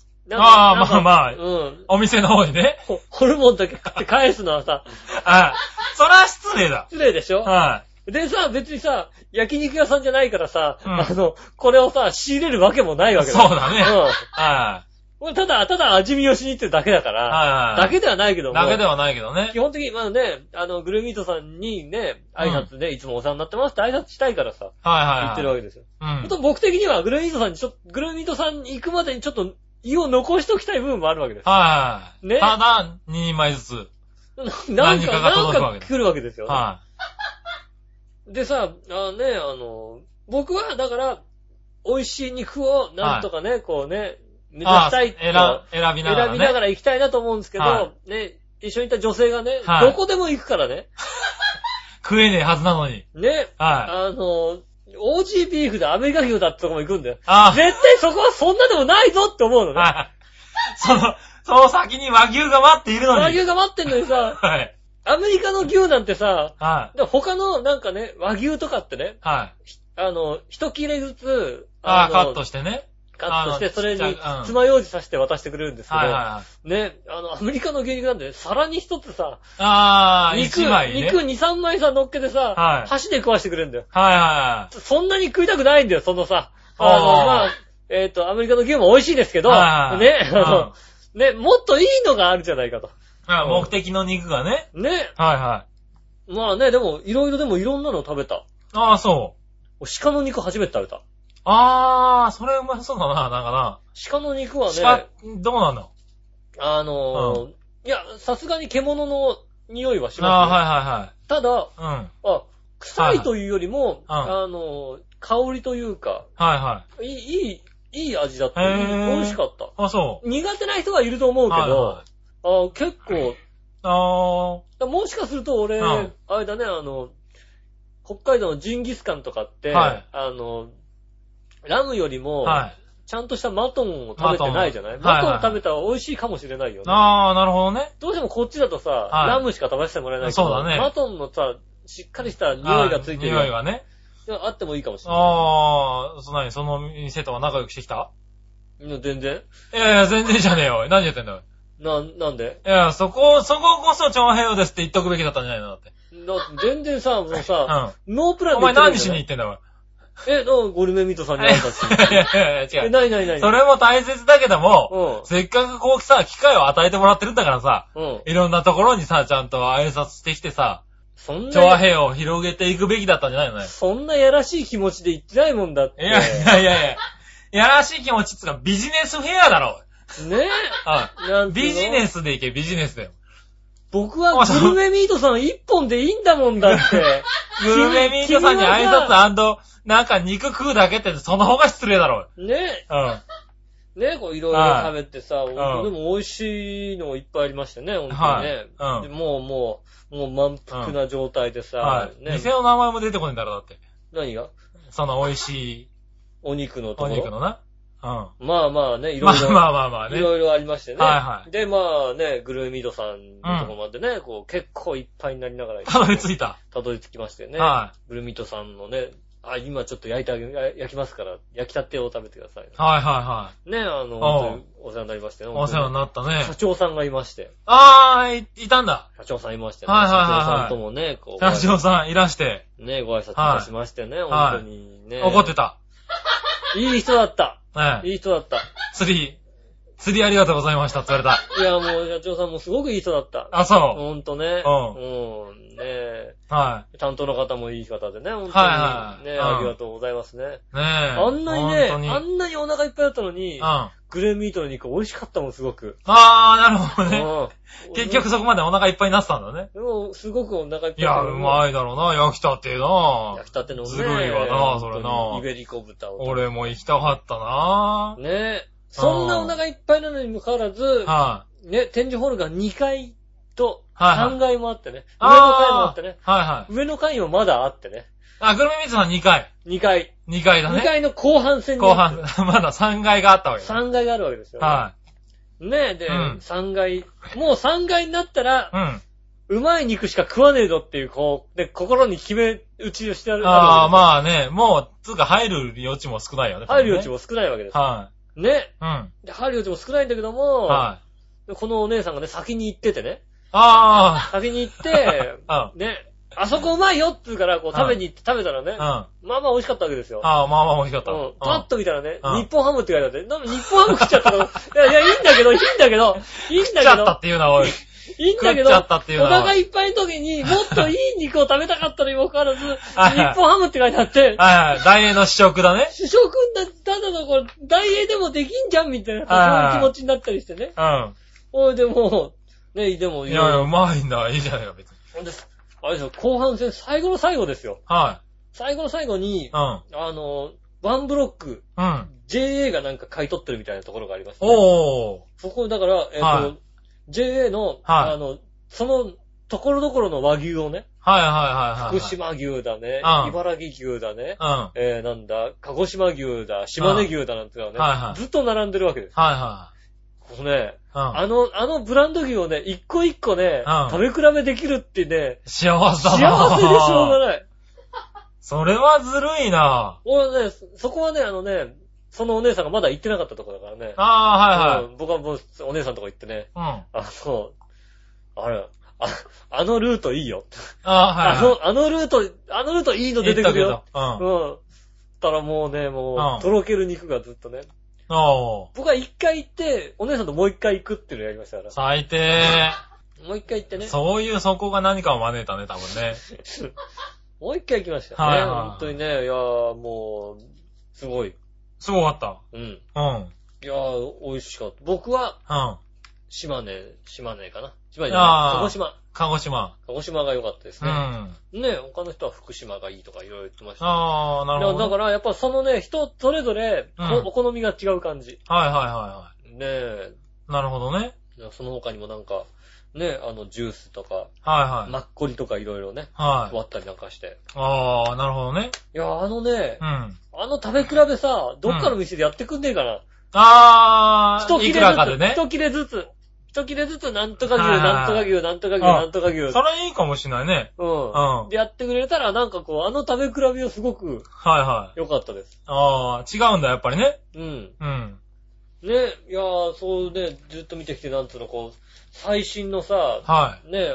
お店の方にね。 ホルモンだけ食って返すのはさ。 そら失礼だ。 失礼でしょ。でさ、別にさ、焼肉屋さんじゃないからさ、これをさ、仕入れるわけもないわけだ。 そうだね。 ただ味見をしに行ってるだけだから、だけではないけども。 だけではないけどね。 基本的に、まあね、グルミートさんにね、挨拶でいつもお世話になってますって挨拶したいからさ、言ってるわけですよ。僕的にはグルミートさんに行くまでにちょっと胃を残しておきたい部分もあるわけです。 ね。ただ、2人前ずつ。 何か来るわけですよ。でさ、僕はだから、美味しい肉をなんとかね、こうね、目指したい選びながら行きたいなと思うんですけど、ね、一緒にいた女性がね、どこでも行くからね。 食えねえはずなのに。 ね。オージービーフでアメリカ牛だってとこも行くんだよ。絶対そこはそんなでもないぞって思うのね。 その先に和牛が待っているのに。 和牛が待ってんのにさ、アメリカの牛なんてさ、他のなんかね、和牛とかってね、一切れずつ、 カットしてね。 カットして、それに爪楊枝さして渡してくれるんですけど、ね、アメリカの牛肉なんで、皿に一つさ、 肉2、 3枚さ、乗っけてさ、箸で食わしてくれるんだよ。そんなに食いたくないんだよ、そのさ、アメリカの牛も美味しいですけど、ね、もっといいのがあるじゃないかと。 目的の肉がね。 ね。まあね、でも、いろんなの食べた。 そう。 鹿の肉初めて食べた。 それうまそうだな、なんかな。 鹿の肉はね。 どうなんだ？ いや、さすがに獣の匂いはしますね。ただ、臭いというよりも、香りというか、いい味だった。美味しかった。 そう。 苦手な人はいると思うけど、結構、もしかすると俺、あれだね、北海道のジンギスカンとかって、ラムよりも、ちゃんとしたマトンを食べてないじゃない？マトン食べたら美味しいかもしれないよね。 なるほどね。 どうしてもこっちだとさ、ラムしか食べさせてもらえないけど、そうだね。マトンのさ、しっかりした匂いがついてる。 匂いがね。 あってもいいかもしれない。 その店とは仲良くしてきた？ 全然。 いや、全然じゃねえよ。何やってんだよ。 なんで？ いや、そここそ長平洋ですって言っとくべきだったんじゃないのだって。 全然さ、もうさ、ノープランでお前何しに行ってんだよ。 ゴルメミートさんに挨拶して。 違う。何それも大切だけども、せっかくこうさ、機会を与えてもらってるんだからさ、いろんなところにさ、ちゃんと挨拶してきてさ、長和平を広げていくべきだったんじゃないのね。 そんなやらしい気持ちで言ってないもんだって。 いや。やらしい気持ちってかビジネスフェアだろ。 ねえ。ビジネスで行け、ビジネスだよ。 僕はグルメミートさん一本でいいんだもんだって。 グルメミートさんに挨拶&なんか肉食うだけってその方が失礼だろ。 ねえ。ねえ、こういろいろ食べてさ、でも美味しいのいっぱいありましたね、ほんとにね。もう満腹な状態でさ。 店の名前も出てこねえんだろ、だって。 何が？ その美味しい。 お肉のところ。 お肉のな。 まあね、いろいろ。 まあね。 いろいろありましてね。で、まあね、グルメミートさんのところまでね、こう結構いっぱいになりながら。 たどり着いた。 たどり着きましてね。グルメミートさんのね、今ちょっと焼きますから、焼きたてを食べてください。ね、お世話になりましてね。 お世話になったね。 社長さんがいまして。 いたんだ。 社長さんいましてね。社長さんともね、こう。 社長さんいらして。 ね、ご挨拶いたしましてね、本当にね。 怒ってた。 いい人だった。いい人だった。 釣りありがとうございましたって言われた。 いや、もう社長さんもすごくいい人だった。 そう。 ほんとね。ね担当の方もいい方でね、ほんとに。ねありがとうございますね。あんなにお腹いっぱいだったのに、グレーミートの肉美味しかったもん、すごく。 なるほどね。結局そこまでお腹いっぱいになってたんだね。 でも、すごくお腹いっぱい。 いや、うまいだろうな、焼きたてな。 焼きたてのね。 ずるいわな、それな。 イベリコ豚を。 俺も行きたかったな。 ねそんなお腹いっぱいなのにもかかわらず、ね、展示ホールが2階と3階もあってね。上の階もあってね。上の階もまだあってね。 グルメミートさん2階。 2階。 2階だね。 2階の後半戦に。 後半、まだ3階があったわけだ。3階があるわけですよ。ねで、3階、もう3階になったら、うまい肉しか食わねえぞっていう、こう、で、心に決め打ちをしてある。 まあね、もう、つうか入る余地も少ないよね。 入る余地も少ないわけです。ね。で、入る余地も少ないんだけども、このお姉さんがね、先に行っててね。先に行って、ね。あそこうまいよって言うから、こう食べに行って食べたらね。まあ美味しかったわけですよ。 まあ美味しかった。 パッと見たらね、日本ハムって書いてあって、日本ハム食っちゃったから、いや、いいんだけど。 食っちゃったっていうな、おい。 いいんだけど、お腹いっぱいの時にもっといい肉を食べたかったのにもかかわらず、日本ハムって書いてあって。 大英の試食だね。 試食ただのこれ、大英でもできんじゃんみたいな、そういう気持ちになったりしてね。でも、ね、でもいや、うまいんだ。いいじゃないか、別に。 あれですよ、後半戦最後の最後ですよ。最後の最後に、ワンブロック、JA がなんか買い取ってるみたいなところがありまして、そこ、だから、JA の、その、ところどころの和牛をね、福島牛だね、茨城牛だね、なんだ、鹿児島牛だ、島根牛だなんていうのはね、ずっと並んでるわけです。このね、あのブランド牛をね、一個一個ね、食べ比べできるってね、 幸せだな。 幸せでしょうがない。 それはずるいな。 俺ね、そこはね、 そのお姉さんがまだ行ってなかったところだからね。 はいはい。 僕はもうお姉さんとこ行ってね。 うん。 あのルートいいよ。 はいはい。 あのルートいいの出てくるよ。 うん。 たらもうね、とろける肉がずっとね。僕は一回行って、お姉さんともう一回行くっていうのやりましたから。 最低。 もう一回行ってね。 そういうそこが何かを招いたね、多分ね。 もう一回行きましたね。はいはい。本当にね、いやーもう、すごい。 すごかった。 うん。いやー、美味しかった。僕は、島根かな。島根じゃない。鹿児島が良かったですね。ね、他の人は福島がいいとかいろいろ言ってました。 なるほど。 だからやっぱそのね、人それぞれ、お好みが違う感じ。 はい。 ねえ。 なるほどね。 その他にもなんか、ね、ジュースとか、マッコリとかいろいろね、割ったりなんかして。 なるほどね。 いや、食べ比べさ、どっかの店でやってくんねえかな。 いくらかでね。 一切れずつ、なんとか牛、なんとか牛、なんとか牛、なんとか牛。 それいいかもしれないね。 で、やってくれたら、なんかこう、食べ比べをすごく、良かったです。 違うんだ、やっぱりね。 ね、いやー、そうね、ずっと見てきて、なんつうの、こう、最新のさ、ね、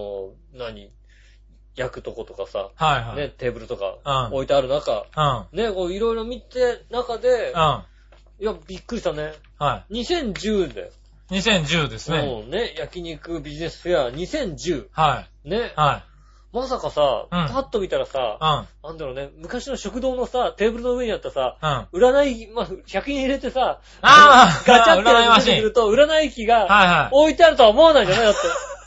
焼くとことかさ、ね、テーブルとか、置いてある中、ね、こう、いろいろ見て、中で、いや、びっくりしたね。2010だよ。 2010ですね。 ね、焼肉ビジネスフェア2010。ね。まさかさ、パッと見たらさ、なんだろうね、昔の食堂のさ、テーブルの上にあったさ、占い、100円入れてさ、ガチャって出てくると、占い機が置いてあるとは思わないじゃないだって。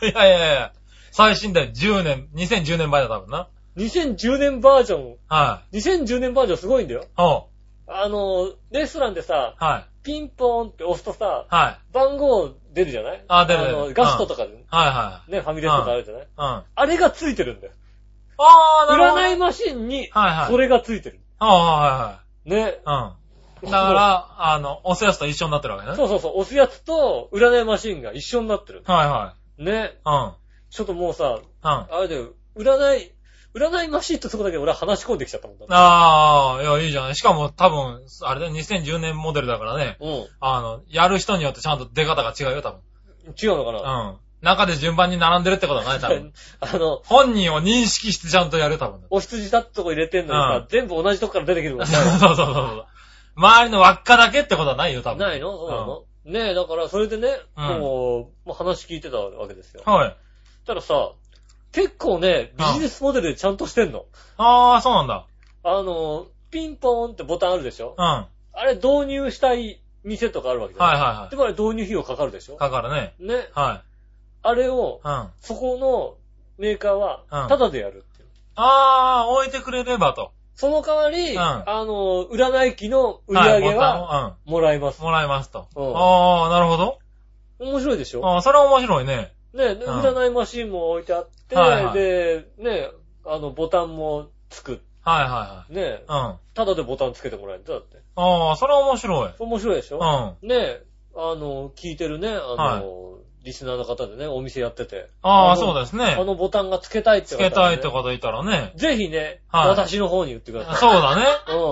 いや、最新だよ、2010年前だ多分な。 2010年バージョン。2010年バージョンすごいんだよ。レストランでさ、ピンポーンって押すとさ、番号出るじゃない？ 出る。 ガストとかで。ね、ファミレスとかあるじゃない？あれがついてるんだよ。 なるほど。 占いマシンに、それがついてる。ね。 だから、押すやつと一緒になってるわけね。 そう、押すやつと占いマシンが一緒になってる。ね。ちょっともうさ、あれだよ、占いマシンとそこだけ俺は話し込んできちゃったもんだ。 いや、いいじゃない。しかも多分、あれだよ、2010年モデルだからね。やる人によってちゃんと出方が違うよ、多分。 違うのかな？ 中で順番に並んでるってことはない、多分。本人を認識してちゃんとやる、多分。 お羊だってとこ入れてんのにさ、全部同じとこから出てくるもんね。 そう。周りの輪っかだけってことはないよ、多分。 ないの？そうなの？ねえ、だからそれでね、もう話聞いてたわけですよ。たださ、結構ね、ビジネスモデルでちゃんとしてんの。 そうなんだ。 ピンポーンってボタンあるでしょ？ あれ導入したい店とかあるわけじゃない？でもあれ導入費用かかるでしょ？ かかるね。 ね。あれを、そこのメーカーは、タダでやるっていう。 置いてくれればと。 その代わり、占い機の売り上げは、もらいます。 もらいますと。なるほど。 面白いでしょ？ それは面白いね。 ね、占いマシンも置いてあって、で、ね、ボタンもつく。ね、ただでボタンつけてもらえるんだって。 それは面白い。 面白いでしょ？ね、聞いてるね、リスナーの方でね、お店やってて。 そうですね。 ボタンがつけたいって方、ね。つけたいって方いたらね。 ぜひね、私の方に言ってください。 そうだね。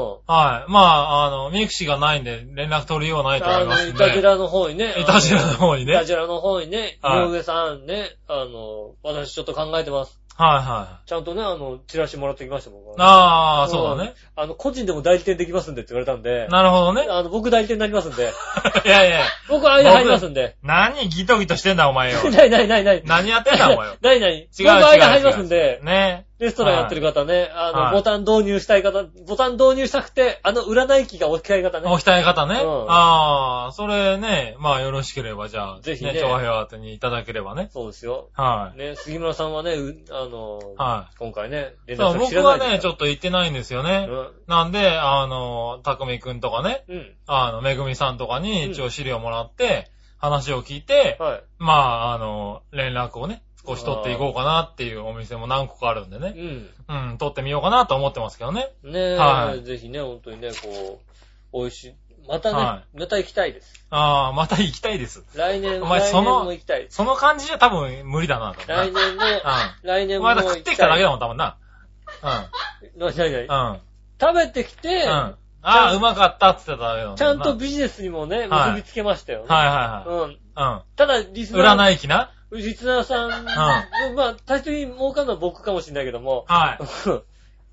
ミクシーがないんで、連絡取りようないと思いますんで。 イタジラの方にね。 イタジラの方にね。 井上さんね、私ちょっと考えてます。ちゃんとね、チラシもらってきましたもん。 そうだね。 個人でも代理店できますんでって言われたんで。 なるほどね。 僕代理店になりますんで。 いや。 僕間入りますんで。 何ギトギトしてんだお前よ。 ない。 何やってんだお前よ。 ない。僕間入りますんで。 ね。 レストランやってる方ね、ボタン導入したい方、ボタン導入したくて、占い機が置きたい方ね。 置きたい方ね。それね、よろしければ、じゃあ、 ぜひね、 調和表当てにいただければね。 そうですよ。 ね、 杉村さんはね、今回ね、連絡先知らない。僕はね、ちょっと行ってないんですよね。なんで、たくみくんとかね、めぐみさんとかに一応資料もらって、話を聞いて、連絡をね、少し取っていこうかなっていうお店も何個かあるんでね。取ってみようかなと思ってますけどね。 ねえ、ぜひね、本当にね、美味しい。またね、また行きたいです。 また行きたいです。 来年も行きたい。 その感じじゃ多分無理だな。 来年も行きたい。 お前ら食ってきただけだもん、多分な。 何食べてきて、 ああ、うまかったって言ってたけど。 ちゃんとビジネスにもね、結びつけましたよね。 はいはいはい。うん。 ただ、リスナー。 占い機なリスナーさん、まあ、最初に儲かるのは僕かもしれないけども。 はい。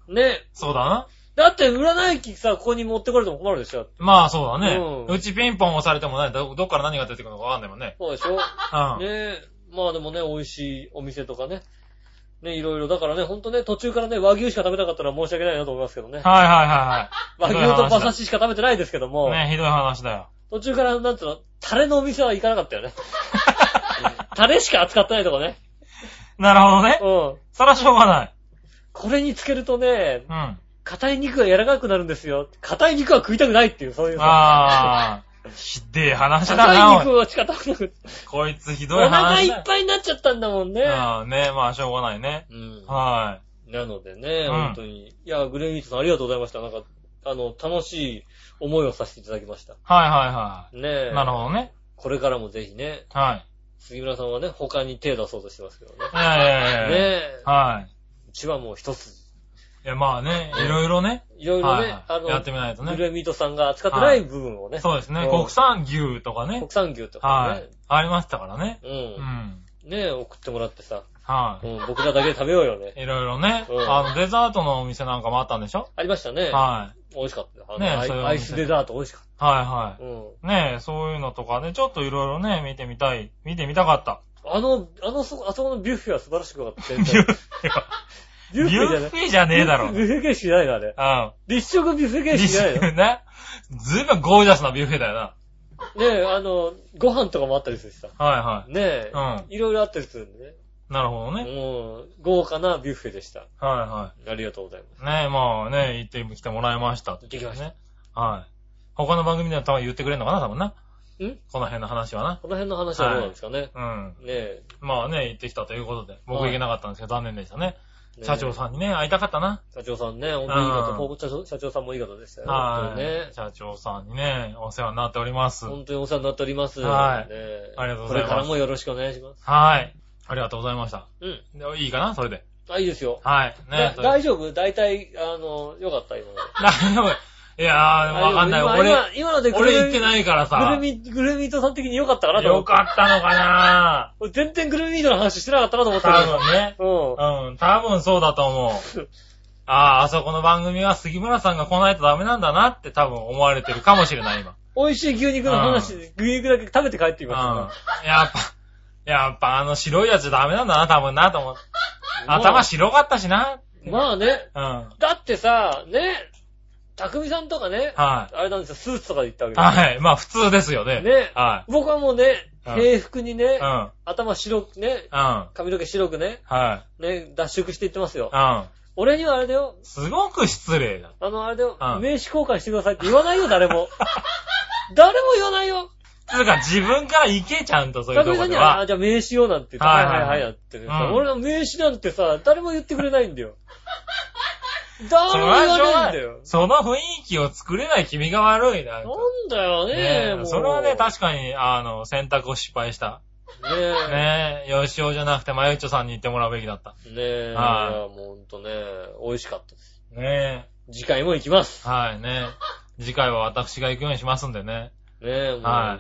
ね。 そうだな。 だって、占い機さ、ここに持ってこれても困るでしょ。 まあ、そうだね。うちピンポン押されてもね、どっから何が出てくるのかわかんないもんね。 そうでしょ。ね。まあでもね、美味しいお店とかね。ね、いろいろ。だからね、ほんとね、途中からね、和牛しか食べなかったら申し訳ないなと思いますけどね。 はいはいはい。 和牛と馬刺ししか食べてないですけども。 ね、ひどい話だよ。 途中から、なんつうの、タレのお店は行かなかったよね。タレしか扱ってないとこね。 なるほどね。そらしょうがない。 これにつけるとね、硬い肉が柔らかくなるんですよ。硬い肉は食いたくないっていう、そういうさ。 ひでえ話だな。 硬い肉を仕方なく。 こいつひどい話だ。 お腹いっぱいになっちゃったんだもんね。 ね、まあしょうがないね。はい。 なのでね、本当に。いや、グレーミートさんありがとうございました。なんか、楽しい思いをさせていただきました。 はいはいはい。 ねえ。 なるほどね。 これからもぜひね。 はい。 杉村さんはね、他に手出そうとしてますけどね。 いや。 ねえ。 はい。 うちはもう一つ。 いや、まあね、いろいろね。 いろいろね、 やってみないとね。 グレーミートさんが扱ってない部分をね。 そうですね。国産牛とかね。 国産牛とかね。 ありましたからね。 ねえ、送ってもらってさ。 はい。 僕らだけで食べようよね。 いろいろね。デザートのお店なんかもあったんでしょ？ ありましたね。 はい。 美味しかったよ。 ねアイスデザート美味しかった。 はいはい。ねえ、そういうのとかね、ちょっといろいろね、見てみたかった。 あそこのビュッフェは素晴らしくよかった。 ビュッフェじゃねえだろ。 ビュッフェ形式じゃないのあれ。立食ビュッフェ形式じゃないのね。ずいぶんゴージャスなビュッフェだよな。 ねえ、ご飯とかもあったりするしさ。 はいはい。 ねえ、いろいろあったりするんでね。 なるほどね。 豪華なビュッフェでした。 はいはい。 ありがとうございます。 ねえ、まあね、行ってきてもらいました。 行ってきましたね。 はい。他の番組では多分言ってくれるのかな、多分な。この辺の話はな。 この辺の話はどうなんですかね。 ねえ。まあね、行ってきたということで。僕行けなかったんですけど、残念でしたね。社長さんにね、会いたかったな。 社長さんね、本当にいい方。社長さんもいい方でしたよ。 はい。社長さんにね、お世話になっております。 本当にお世話になっております。 はい。ありがとうございます。 これからもよろしくお願いします。 はい。ありがとうございました。いいかなそれで。 いいですよ。 はい。 ね。大丈夫？大体、よかった今大丈夫。いやー、わかんない。俺行ってないからさ。 グルミートさん的に良かったかなと思って。 良かったのかな全然グルミートの話してなかったなと思ったけど。多分ね。多分そうだと思う。あそこの番組は杉村さんが来ないとダメなんだなって多分思われてるかもしれない、今。 美味しい牛肉の話、牛肉だけ食べて帰ってきました。やっぱ白いやつダメなんだな、多分なと思って。頭白かったしな。 まあね。だってさ、ね。匠さんとかね。あれなんですよ、スーツとかで行ったわけですよ。はい。まあ普通ですよね。 ね。僕はもうね、平服にね、頭白くね、髪の毛白くね、ね、脱色していってますよ。俺にはあれだよ。 すごく失礼だ。 あれだよ。名刺交換してくださいって言わないよ、誰も。誰も言わないよ。 つうか自分から行けちゃんとそういうところでは。 じゃあ名刺をなんて言って、はいやってね。俺の名刺なんてさ、誰も言ってくれないんだよ。誰も言わないんだよ。 その雰囲気を作れない君が悪いな。 なんだよね。 それはね、確かに、選択を失敗した。ねえ。よしおじゃなくて、まゆちょさんに言ってもらうべきだった。 ねえ。もうほんとね、美味しかったです。 ねえ。次回も行きます。 はいね。次回は私が行くようにしますんでね。 ねえ、はい。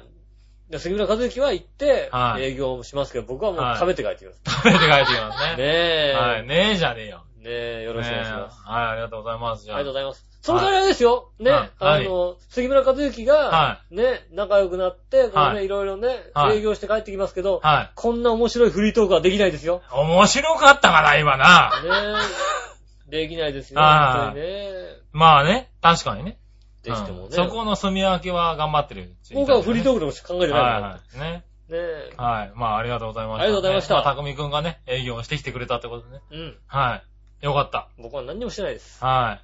杉村和之は行って、営業しますけど、僕はもう食べて帰ってきます。 食べて帰ってきますね。 ねえ。 はい。ねえじゃねえよ。 ねえ、よろしくお願いします。 はい、ありがとうございます。 ありがとうございます。その代わりあれですよ。ね、杉村和之が、ね、仲良くなって、これね、いろいろね、営業して帰ってきますけど、こんな面白いフリートークはできないですよ。 面白かったかな、今な。 ねえ。できないですよ、本当にね。 まあね、確かにね。 できてもね。 そこの住み分けは頑張ってる。 僕はフリートークでも考えてないから。 はいね。 ねえ。 はい。まあ、ありがとうございました。 ありがとうございました。 たくみくんがね、営業してきてくれたってことでね。はい。よかった。 僕は何にもしてないです。 はい。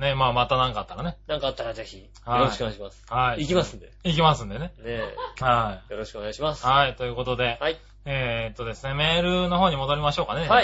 ね、まあまた何かあったらね。 何かあったらぜひ、よろしくお願いします。 はい。 行きますんで。 行きますんでね。 ねえ。 はい。 よろしくお願いします。 はい、ということで。 はい。 ですね、メールの方に戻りましょうかね。 はい。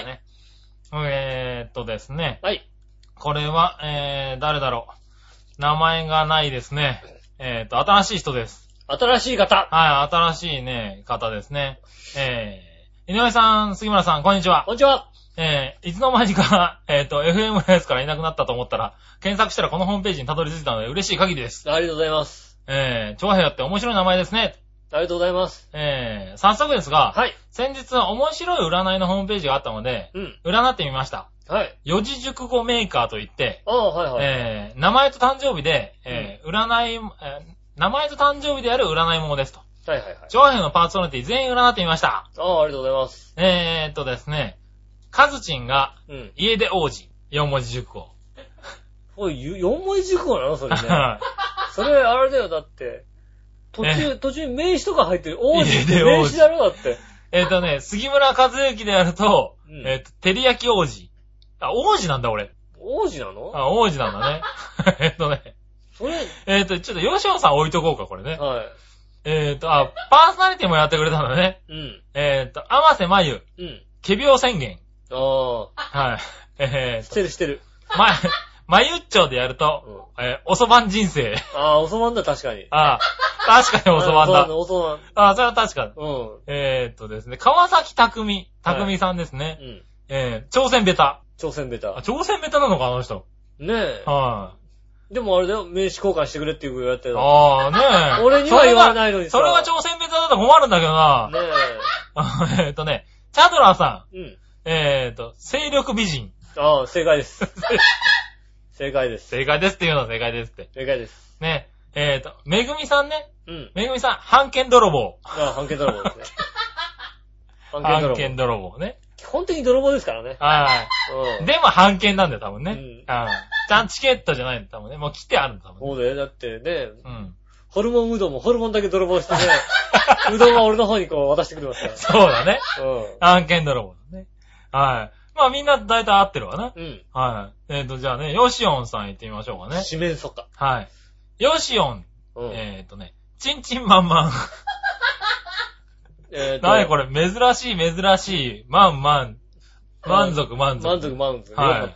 ですね。 はい。 これは、誰だろう。名前がないですね。新しい人です。 新しい方。 はい、新しいね、方ですね。井上さん、杉村さん、こんにちは。 こんにちは。 いつの間にか、FM のやつからいなくなったと思ったら、検索したらこのホームページにたどり着いたので嬉しい限りです。 ありがとうございます。 長平って面白い名前ですね。 ありがとうございます。 早速ですが、 はい。 先日面白い占いのホームページがあったので、占ってみました。 はい。 四字熟語メーカーといって、 はいはい。 名前と誕生日で、名前と誕生日である占い物ですと。 はいはいはい。 長編のパーソナリティ全員占ってみました。 ありがとうございます。 ですね、カズチンが、家で王子、4文字熟語。 おい、4文字熟語なのそれね。それ、あれだよ、だって。途中名詞とか入ってる。王子って名詞だろ、だって。 杉村和之でやると、照り焼き王子。あ、王子なんだ、俺。 王子なの？ あ、王子なんだね。 それ。 ちょっと、吉尾さん置いとこうか、これね。 はい。 パーソナリティもやってくれたんだね。甘瀬まゆ。仮病宣言。 はい。してる。 まゆっちょでやると、おそばん人生。 おそばんだ、確かに。 確かにおそばんだ。 おそばん。 それは確かに。ですね、川崎匠さんですね。挑戦ベタ。 挑戦ベタなのか、あの人。 ねえ。はい。でもあれだよ、名刺交換してくれって言われてる。 ねえ。 俺には言われないのにさ。 それが挑戦ベタだと困るんだけどな。 ねえ。チャドラーさん。精力美人。 正解です。正解です。 正解ですって言うのは正解ですって。 正解です。 ね。めぐみさんね。めぐみさん、半券泥棒。 半券泥棒ですね。 半券泥棒ね。 基本的に泥棒ですからね。 はい。でも半券なんだよ、多分ね。ちゃんチケットじゃないんだ、多分ね。もう来てあるんだ、多分ね。 そうだよ、だってね。ホルモンうどんもホルモンだけ泥棒してね。うどんは俺の方にこう渡してくれますから。 そうだね。半券泥棒だね。はい。まあみんな大体合ってるわな。はい。じゃあね、ヨシオンさん行ってみましょうかね。 四面楚歌。 はい。ヨシオン。チンチンマンマン。なにこれ、珍しい、マン。満足。よかった。 はい。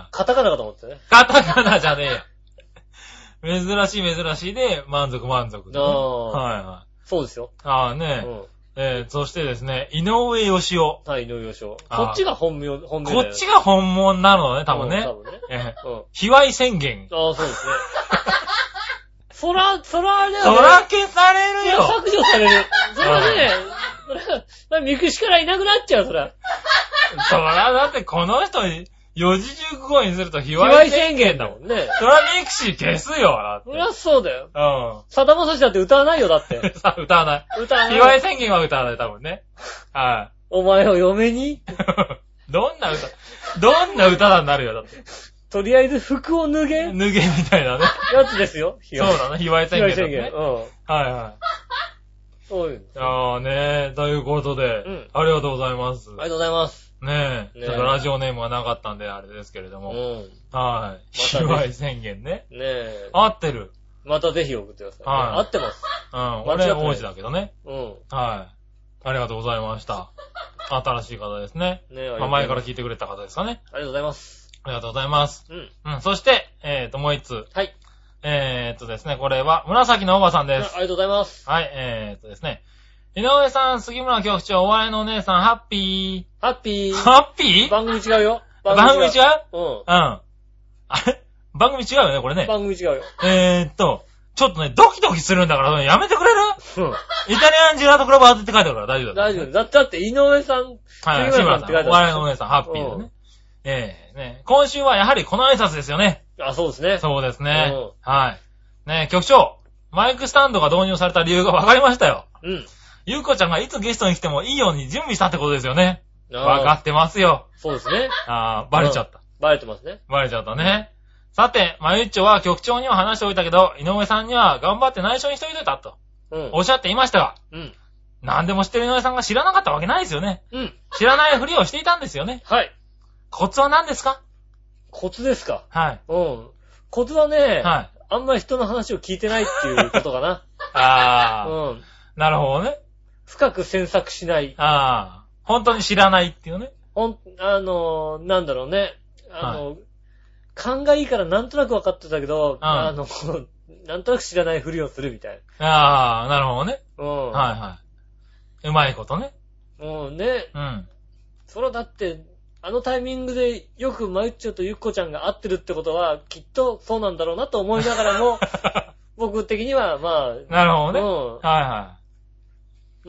カタカナかと思ってね。 カタカナじゃねえよ。珍しいで、満足。はい。 そうですよ。 ね。そしてですね、井上義雄。 はい、井上義雄。こっちが本名。こっちが本物なのね、多分ね。卑猥宣言。 そうですね。そらあれだよね。 そら消されるよ。 削除される。それはね、それはミクシからいなくなっちゃう、そら。 そら、だってこの人、四字熟語にすると卑猥宣言だもんね。そらミクシー消すよ、だって。 そりゃそうだよ。さだまさしだって歌わないよ、だって。 歌わない。卑猥宣言は歌わない、多分ね。はい。 お前を嫁にどんな歌なんなるよ、だって。 とりあえず服を脱げみたいなね。 やつですよ。 そうだね、卑猥宣言だね。はい。 そういう。 ということで、ありがとうございます。 ありがとうございます。 ねえ。ちょっとラジオネームがなかったんであれですけれども。はい。卑猥宣言ね。 ねえ。 合ってる。 またぜひ送ってください。合ってます。 俺王子だけどね。 はい。 ありがとうございました。新しい方ですね。前から聞いてくれた方ですかね。 ありがとうございます。 ありがとうございます。そして、もう一つ。 はい。 ですね、これは、紫のおばさんです。 ありがとうございます。 はい、ですね。井上さん、杉村局長、お笑いのお姉さん、ハッピー。 ハッピー。 ハッピー？ 番組違うよ。 番組違う？あれ番組違うよね、これね。 番組違うよ。 ちょっとね、ドキドキするんだから、やめてくれる？イタリアンジェラートクラブって書いてあるから大丈夫だ。 大丈夫。だって、井上さん、 杉村さん、お笑いのお姉さん、ハッピーだね。ね、今週はやはりこの挨拶ですよね。 そうですね。 そうですね。はい。ね、局長、マイクスタンドが導入された理由が分かりましたよ。ゆうこちゃんがいつゲストに来てもいいように準備したってことですよね。分かってますよ。 そうですね。 バレちゃった。 バレてますね。 バレちゃったね。さて、まゆっちょは局長には話しておいたけど、井上さんには頑張って内緒にしといたと。おっしゃっていましたが。何でも知ってる井上さんが知らなかったわけないですよね。知らないふりをしていたんですよね。 はい。 コツは何ですか？ コツですか？ はい。 コツはね、あんまり人の話を聞いてないっていうことかな。 なるほどね。 深く詮索しない。 本当に知らないっていうね。 なんだろうね。勘がいいからなんとなく分かってたけど、なんとなく知らないふりをするみたいな。なるほどね。はい。うまいことね。 ね。それはだって、 あのタイミングでよくまゆっちょとゆっこちゃんが会ってるってことは、きっとそうなんだろうなと思いながらも、僕的には、まあ。 なるほどね。はいはい。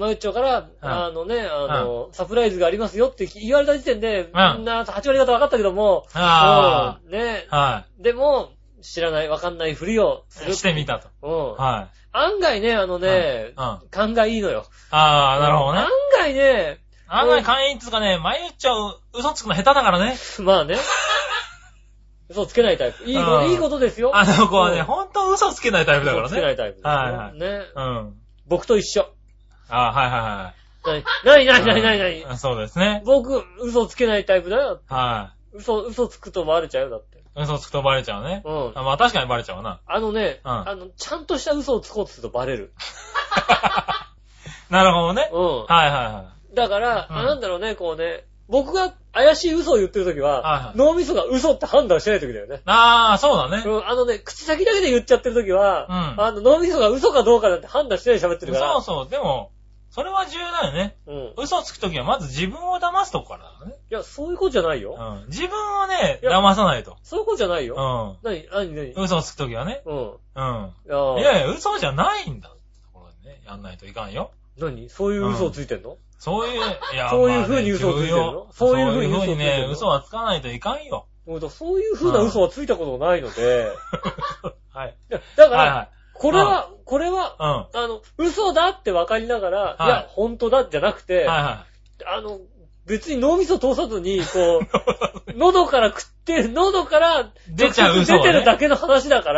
まゆっちょから、サプライズがありますよって言われた時点で、みんな8割方分かったけども、ね。はい。でも、知らない、分かんないふりをしてみたと。はい。 案外ね、勘がいいのよ。 なるほどね。 案外ね、 勘いいっつうかね、まゆっちょ嘘つくの下手だからね。 まあね。嘘つけないタイプ。いいことですよ。 あの子はね、ほんと嘘つけないタイプだからね。 嘘つけないタイプですよ。 はい。 ね。僕と一緒。 はいはいはい。何そうですね。 僕、嘘つけないタイプだよ。 はい。 嘘つくとバレちゃうよ、だって。 嘘つくとバレちゃうね。まあ確かにバレちゃうな。 ちゃんとした嘘をつこうとするとバレる。 なるほどね。はい。 だから、なんだろうね、こうね、僕が怪しい嘘を言ってるときは、脳みそが嘘って判断してないときだよね。 そうだね。 口先だけで言っちゃってるときは、脳みそが嘘かどうかなんて判断してないで喋ってるから。 そう、でも、それは重要だよね。嘘つくときはまず自分を騙すとこからだね。 いや、そういうことじゃないよ。 自分をね、騙さないと。 そういうことじゃないよ。何嘘つくときはね。いや、嘘じゃないんだ。やんないといかんよ。 何そういう嘘をついてんのそういう風に嘘をついてんのそういう風にね、嘘はつかないといかんよ。 そういう風な嘘はついたことないので。 はい。 だから、これは、嘘だって分かりながら、いや、本当だじゃなくて、別に脳みそ通さずに、こう、喉から出ちゃう嘘出てるだけの話だから、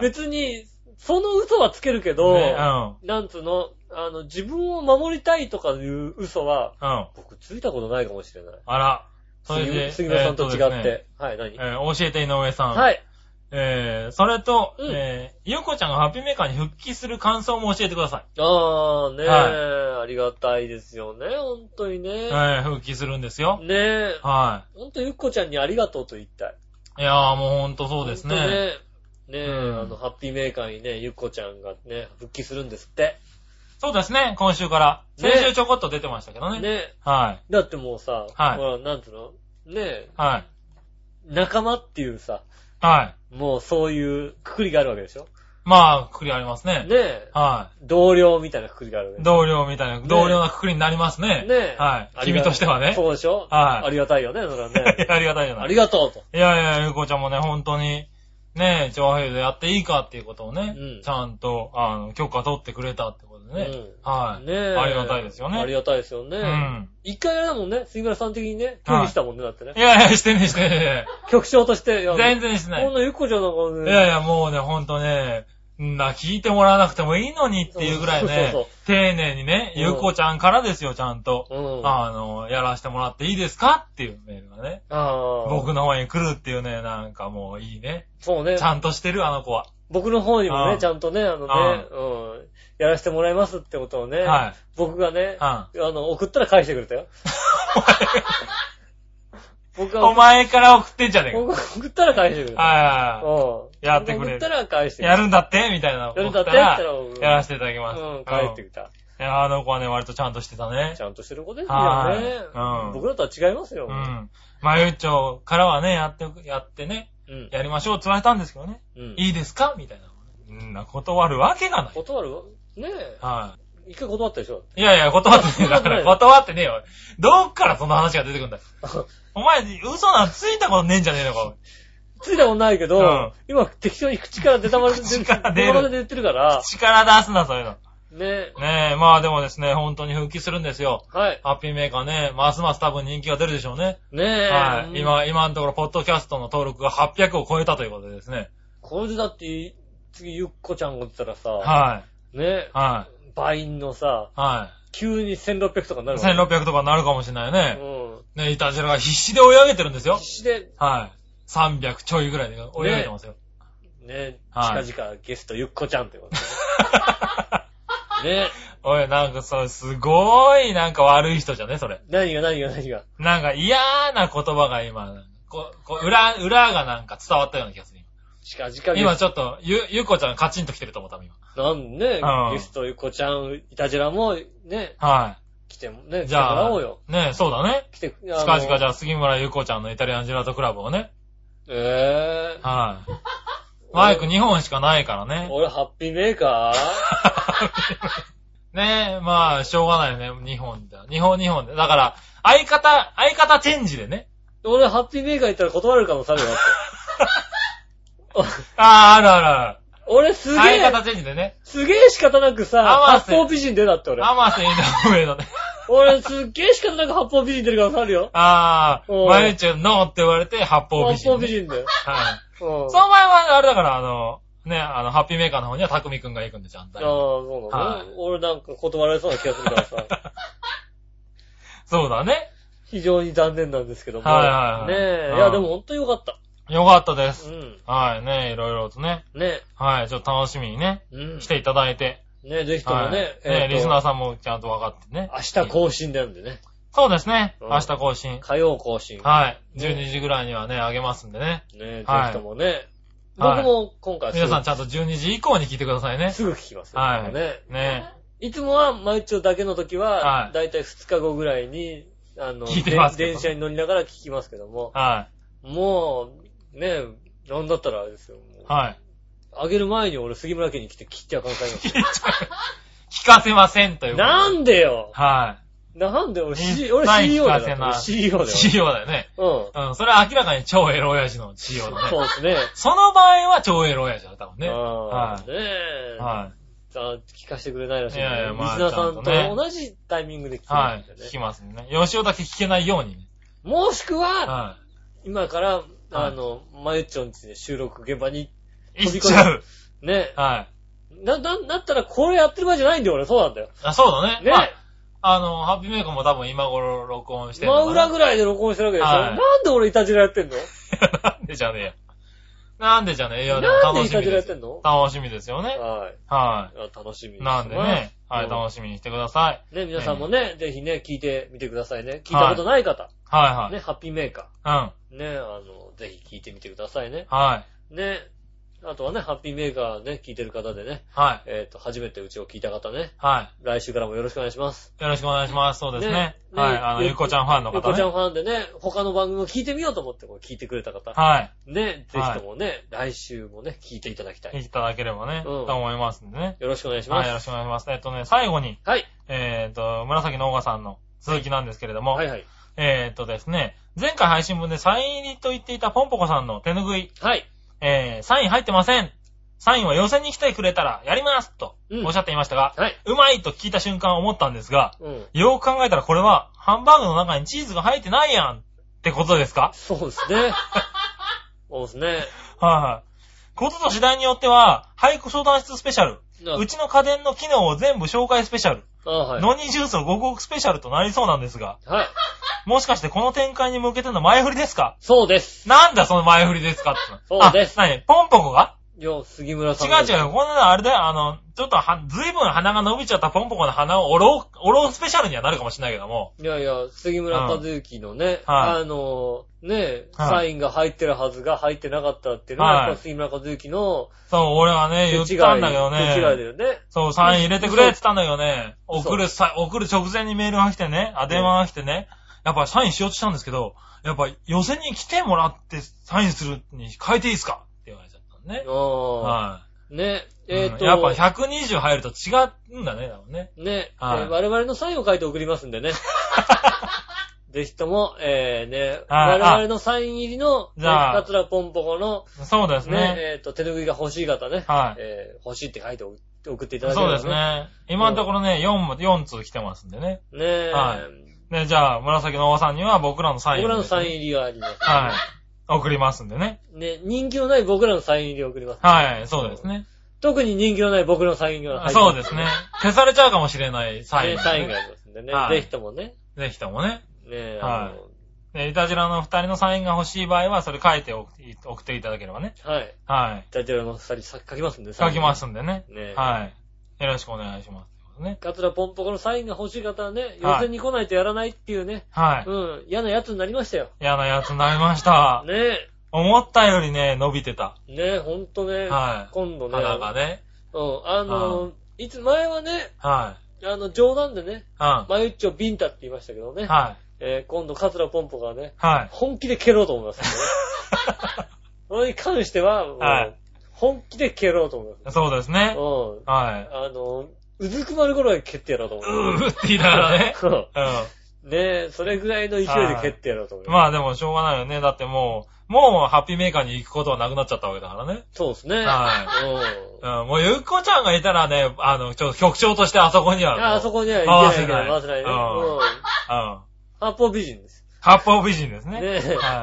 別に、その嘘はつけるけど、なんつうの、自分を守りたいとかいう嘘は、僕ついたことないかもしれない。 あら。それで、 杉村さんと違って。はい、何教えて井上さん。 はい。 それと、ゆうこちゃんがハッピーメーカーに復帰する感想も教えてください。 ありがたいですよね、ほんとにね。 復帰するんですよ。 ねはい。 ほんとゆっこちゃんにありがとうと言いたい。 いやーもうほんとそうですね。 ハッピーメーカーにね、ゆっこちゃんがね、復帰するんですって。 そうですね、今週から。先週ちょこっと出てましたけどね。はい。 だってもうさ、なんつうのはい。仲間っていうさ、はい。もうそういうくくりがあるわけでしょ。 まあ、くくりありますね。 はい。同僚みたいなくくりがあるわけ。 同僚なくくりになりますね。はい。君としてはね。 そうでしょ。はい。ありがたいよね、それはね。 ありがたいよね。 ありがとうと。 いや、ゆうこちゃんもね、本当に、ね、長平でやっていいかっていうことをね、ちゃんと、許可取ってくれたってことでね。はい。ありがたいですよね。 ありがたいですよね。一回あれだもんね、杉村さん的にね、拒否したもんね、だってね。 いや、してね。 局長として。 全然してない。 こんなゆっこちゃんなんかね。 いや、もうね、ほんとね、聞いてもらわなくてもいいのにっていうぐらいね、丁寧にね、ゆうこちゃんからですよ、ちゃんと。やらせてもらっていいですかっていうメールがね。僕の方に来るっていうね、なんかもういいね。そうね。ちゃんとしてる、あの子は。 僕の方にもね、ちゃんとね、やらせてもらいますってことをね、僕がね、送ったら返してくれたよ。 お前から送ってんじゃねえか。 僕送ったら返してくれた。 やってくれる。 送ったら返してくれた。やるんだってみたいな。 やるんだってやらせていただきます。 返ってきた。 いや、あの子はね、割とちゃんとしてたね。 ちゃんとしてる子ですよね。僕らとは違いますよ。 まゆっちょからはね、やってね、やりましょうって言われたんですけどね。いいですかみたいな。断るわけがない。 断るねえ。はい。一回断ったでしょ。 いや、断ってねえ。だから断ってねえよ。どっからその話が出てくるんだよ。お前、嘘なんついたことねえんじゃねえのか。 ついたことないけど、今適当に口から出たまで言ってるから。 口から出すな、そういうの。 ねえ、まあでもですね、本当に復帰するんですよ。 はい。 ハッピーメーカーね、ますます多分人気が出るでしょうね。 ねえ。 はい。今のところ、ポッドキャストの登録が800を超えたということでですね。 これでだって、次、ゆっこちゃんが出たらさ、 はい。 ねえ。はい。倍のさ、 はい。 急に1600とかになるわけ。1600とかになるかもしれないね。ね、いたじらが必死で追い上げてるんですよ。 必死で。 はい。300ちょいぐらいで追い上げてますよ。 ね、近々ゲストゆっこちゃんってことね。ね。 おい、なんかさ、すごいなんか悪い人じゃね、それ。 何がなんか嫌な言葉が今、裏がなんか伝わったような気がする。 近々 今ちょっと、ゆっこちゃんカチンと来てると思った、今。 なんね、ゲストゆっこちゃん、いたじらも、ね。 はい。 来てもね、来てもらおうよ。 ね、そうだね。近々じゃあ杉村ゆう子ちゃんのイタリアンジェラートクラブをね。はい。マイク2本しかないからね。 俺ハッピーメーカーねえ、まあ、しょうがないよね。2本で。2本で。だから、相方チェンジでね。 俺ハッピーメーカー行ったら断れるかもさるよって。 ある。 俺すげえ。 相方チェンジでね。 すげえ仕方なくさ、八方美人出だって俺。 アマセ井上のね。 俺すっげえ仕方なく八方美人出るからさるよ。 まゆちゅんノーって言われて八方美人。 八方美人だよ。 はい。その前はあれだから、ハッピーメーカーの方にはたくみくんが行くんでちゃんと。 そうだね。俺なんか断られそうな気がするからさ。 そうだね。 非常に残念なんですけども。 はい。 ねえ。いや、でもほんとよかった。 よかったです。はい、ね、いろいろとね。 ね。 はい、ちょっと楽しみにね。来ていただいて。 ね、ぜひともね。 リスナーさんもちゃんと分かってね。 明日更新なんでね。 そうですね。明日更新。 火曜更新。 はい。12時ぐらいにはね、あげますんでね。 ね、ぜひともね。僕も今回皆さんちゃんと12時以降に聞いてくださいね。 すぐ聞きますよ。 はい。ね。 いつもは、マイチョだけの時は、だいたい2日後ぐらいに、 聞いてます。 電車に乗りながら聞きますけども。 はい。 もう、ね、なんだったらあれですよ。 はい。 あげる前に俺杉村家に来て切っちゃう可能性あります。 聞かせませんという。 なんでよ。 はい。 なんで俺 CEO だよ。CEO だよ。 CEO だよね。うん。それは明らかに超エロ親父の CEO だね。 そうですね。 その場合は超エロ親父だったもんね。 はい。ねえ。はい。聞かせてくれないらしい。いやいや、まあ。リスナーさんと同じタイミングで聞きますんでね。 はい。聞きますね。吉尾だけ聞けないようにね。 もしくは、今から、まゆっちょんちで収録現場に行っちゃう。 ね。 はい。 だったらこれやってる場合じゃないんだよ、俺。そうなんだよ。 そうだね。 ね。 ハッピーメーカーも多分今頃録音してる。 真裏ぐらいで録音してるわけでしょ。なんで俺イタジラやってんのなんでじゃねえよ。なんでじゃねえよ。 なんでイタジラやってんの？ 楽しみですよね。 はい。楽しみに。 なんでね。はい、楽しみにしてください。 ね、皆さんもね、ぜひね、聞いてみてくださいね。聞いたことない方。 はい。 ね、ハッピーメーカー。 ね、ぜひ聞いてみてくださいね。 はい。 ね。あとはね、ハッピーメーカーね、聞いてる方でね。 はい。 初めてうちを聞いた方ね。 はい。 来週からもよろしくお願いします。 よろしくお願いします。そうですね。はい。ゆっこちゃんファンの方ね。 ゆっこちゃんファンでね、他の番組を聞いてみようと思って聞いてくれた方。 はい。 ね、ぜひともね、来週もね、聞いていただきたい。 聞いていただければね、と思いますんでね。 よろしくお願いします。 はい、よろしくお願いします。最後に。 はい。 紫のオガさんの続きなんですけれども。 はいはい。 ですね、前回配信分でサイン入りと言っていたポンポコさんの手拭い。 はい。 サイン入ってません。サインは予選に来てくれたらやりますとおっしゃっていましたが、うまいと聞いた瞬間思ったんですが、よく考えたらこれはハンバーグの中にチーズが入ってないやんってことですか？ そうですね。そうですね。 はい。ことと次第によっては、俳句相談室スペシャル、うちの家電の機能を全部紹介スペシャル、ノニジュースのごくごくスペシャルとなりそうなんですが、 はい。 もしかしてこの展開に向けての前振りですか？ そうです。 なんだその前振りですかって。 そうです。 ポンポコが？ 杉村さん。 違う。こんなのあれだよ、ちょっとずいぶん鼻が伸びちゃったポンポコの鼻をおろうスペシャルにはなるかもしれないけども。 いや、杉村和之のね、サインが入ってるはずが入ってなかったっていうのは、やっぱ杉村和之の、 そう、俺はね、言ったんだけどね。 手違いだよね。 そう、サイン入れてくれって言ったんだけどね、送る直前にメールが来てね、電話が来てね、やっぱりサインしようとしたんですけど、やっぱ予選に来てもらってサインするに変えていいですかって言われちゃったのね。はい。 ね、 やっぱ120入ると違うんだね、だもんね。 ね、我々のサインを書いて送りますんでね。ぜひとも、我々のサイン入りの、桂ポンポコの、 そうですね。 手拭いが欲しい方ね。 はい。 欲しいって書いて送っていただければ、ね。 そうですね。今のところね、4通来てますんでね。 ねはい。ね、じゃあ、紫のおばさんには僕らのサイン入り。 僕らのサイン入りがあります。 はい。送りますんでね。 ね、人気のない僕らのサイン入りを送ります。 はい、そうですね。 特に人気のない僕のサインが入ってます。 そうですね。消されちゃうかもしれないサイン。 サインがありますんでね。ぜひともね。 ぜひともね。 ねはい。イタジラの2人のサインが欲しい場合は、それ書いて送っていただければね。 はい。 はい。 イタジラの2人書きますんで。 書きますんでね。 ね。 はい。よろしくお願いします。ね。 カツラポンポコのサインが欲しい方はね、予選に来ないとやらないっていうね。 はい。 うん。嫌なやつになりましたよ。 嫌なやつになりました。 ねえ。 思ったよりね、伸びてた。 ねえ、ほんとね。 はい。 今度ね。 鼻がね。 前はね、 は冗談でね、マユッチョビンタって言いましたけどね。はい。今度、カツラポンポがね、はい。本気で蹴ろうと思いますんでね。それに関しては、はい。本気で蹴ろうと思います。 そうですね。 うん。はい。うずくまる頃で蹴ってやろうと思います。 って言いながらね。うん。 ねえ、それぐらいの勢いで蹴ってやろうと思います。 まあでもしょうがないよね。だってもうハッピーメーカーに行くことはなくなっちゃったわけだからね。 そうですね。 はい。うん。もうゆっこちゃんがいたらね、ちょっと局長としてあそこには。 あそこには行けないから回せないね。うん。八方美人です。 八方美人ですね。 ねえ。 はい。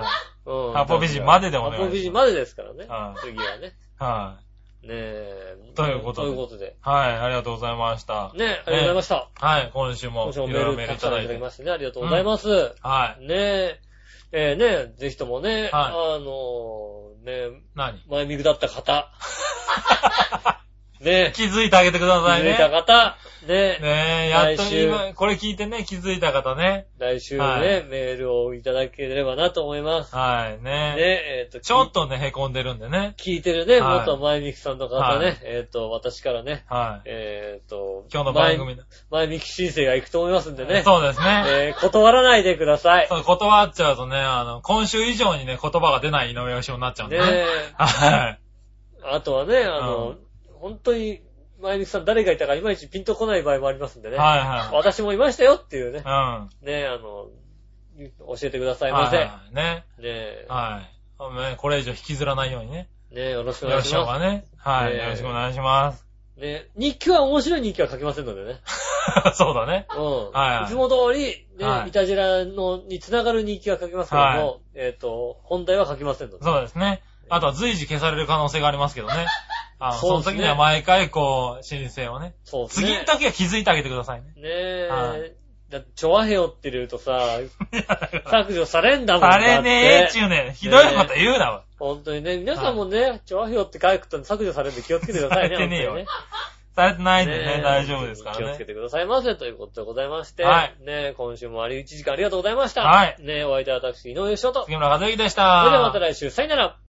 八方美人まででお願いします。 八方美人までですからね。次はね。 はい。 ねえ。 ということで。はい、ありがとうございました。 ねえ、ありがとうございました。 はい、今週もメールいただきましてね、ありがとうございます。はい。ねえ、ねえ、ぜひともね、前見下った方。ね気づいてあげてくださいね。 気づいた方。ねえ、やっと今、これ聞いてね、気づいた方ね。 来週ね、メールをいただければなと思います。 はい、ねちょっとね、凹んでるんでね。 聞いてるね、元前みきさんの方ね、私からね、今日の番組前みき申請が行くと思いますんでね。 そうですね。 断らないでください。 そう、断っちゃうとね、今週以上にね、言葉が出ない井上義雄になっちゃうんでね。はい。 あとはね、本当に、前みきさん誰がいたかいまいちピンとこない場合もありますんでね。はいはい。私もいましたよっていうね。うん。ね、教えてくださいませ。 はい。ね。 ねはい。これ以上引きずらないようにね。 ね、よろしくお願いします。 よろしくね。はい。よろしくお願いします。 ね、日記は面白い日記は書きませんのでね。 そうだね。 うん。はい。いつも通り、ね、イタジラに繋がる日記は書きますけども、本題は書きませんので。 そうですね。あとは随時消される可能性がありますけどね。その時には毎回申請をね。そうですね。次の時は気づいてあげてくださいね。 ねえ。だって、チョアヘヨって入れるとさ、削除されんだもん。 されねえっちゅうね。ひどいこと言うなわ。 本当にね、皆さんもね、チョアヘヨって書くと削除されるんで気をつけてくださいね。 されてねえよ。されてないんでね、大丈夫ですからね。 気をつけてくださいませということでございまして。はい。ね、今週も1時間ありがとうございました。はい。ね、お相手は私、井上翔と。 杉村和之でした。 それではまた来週、さよなら。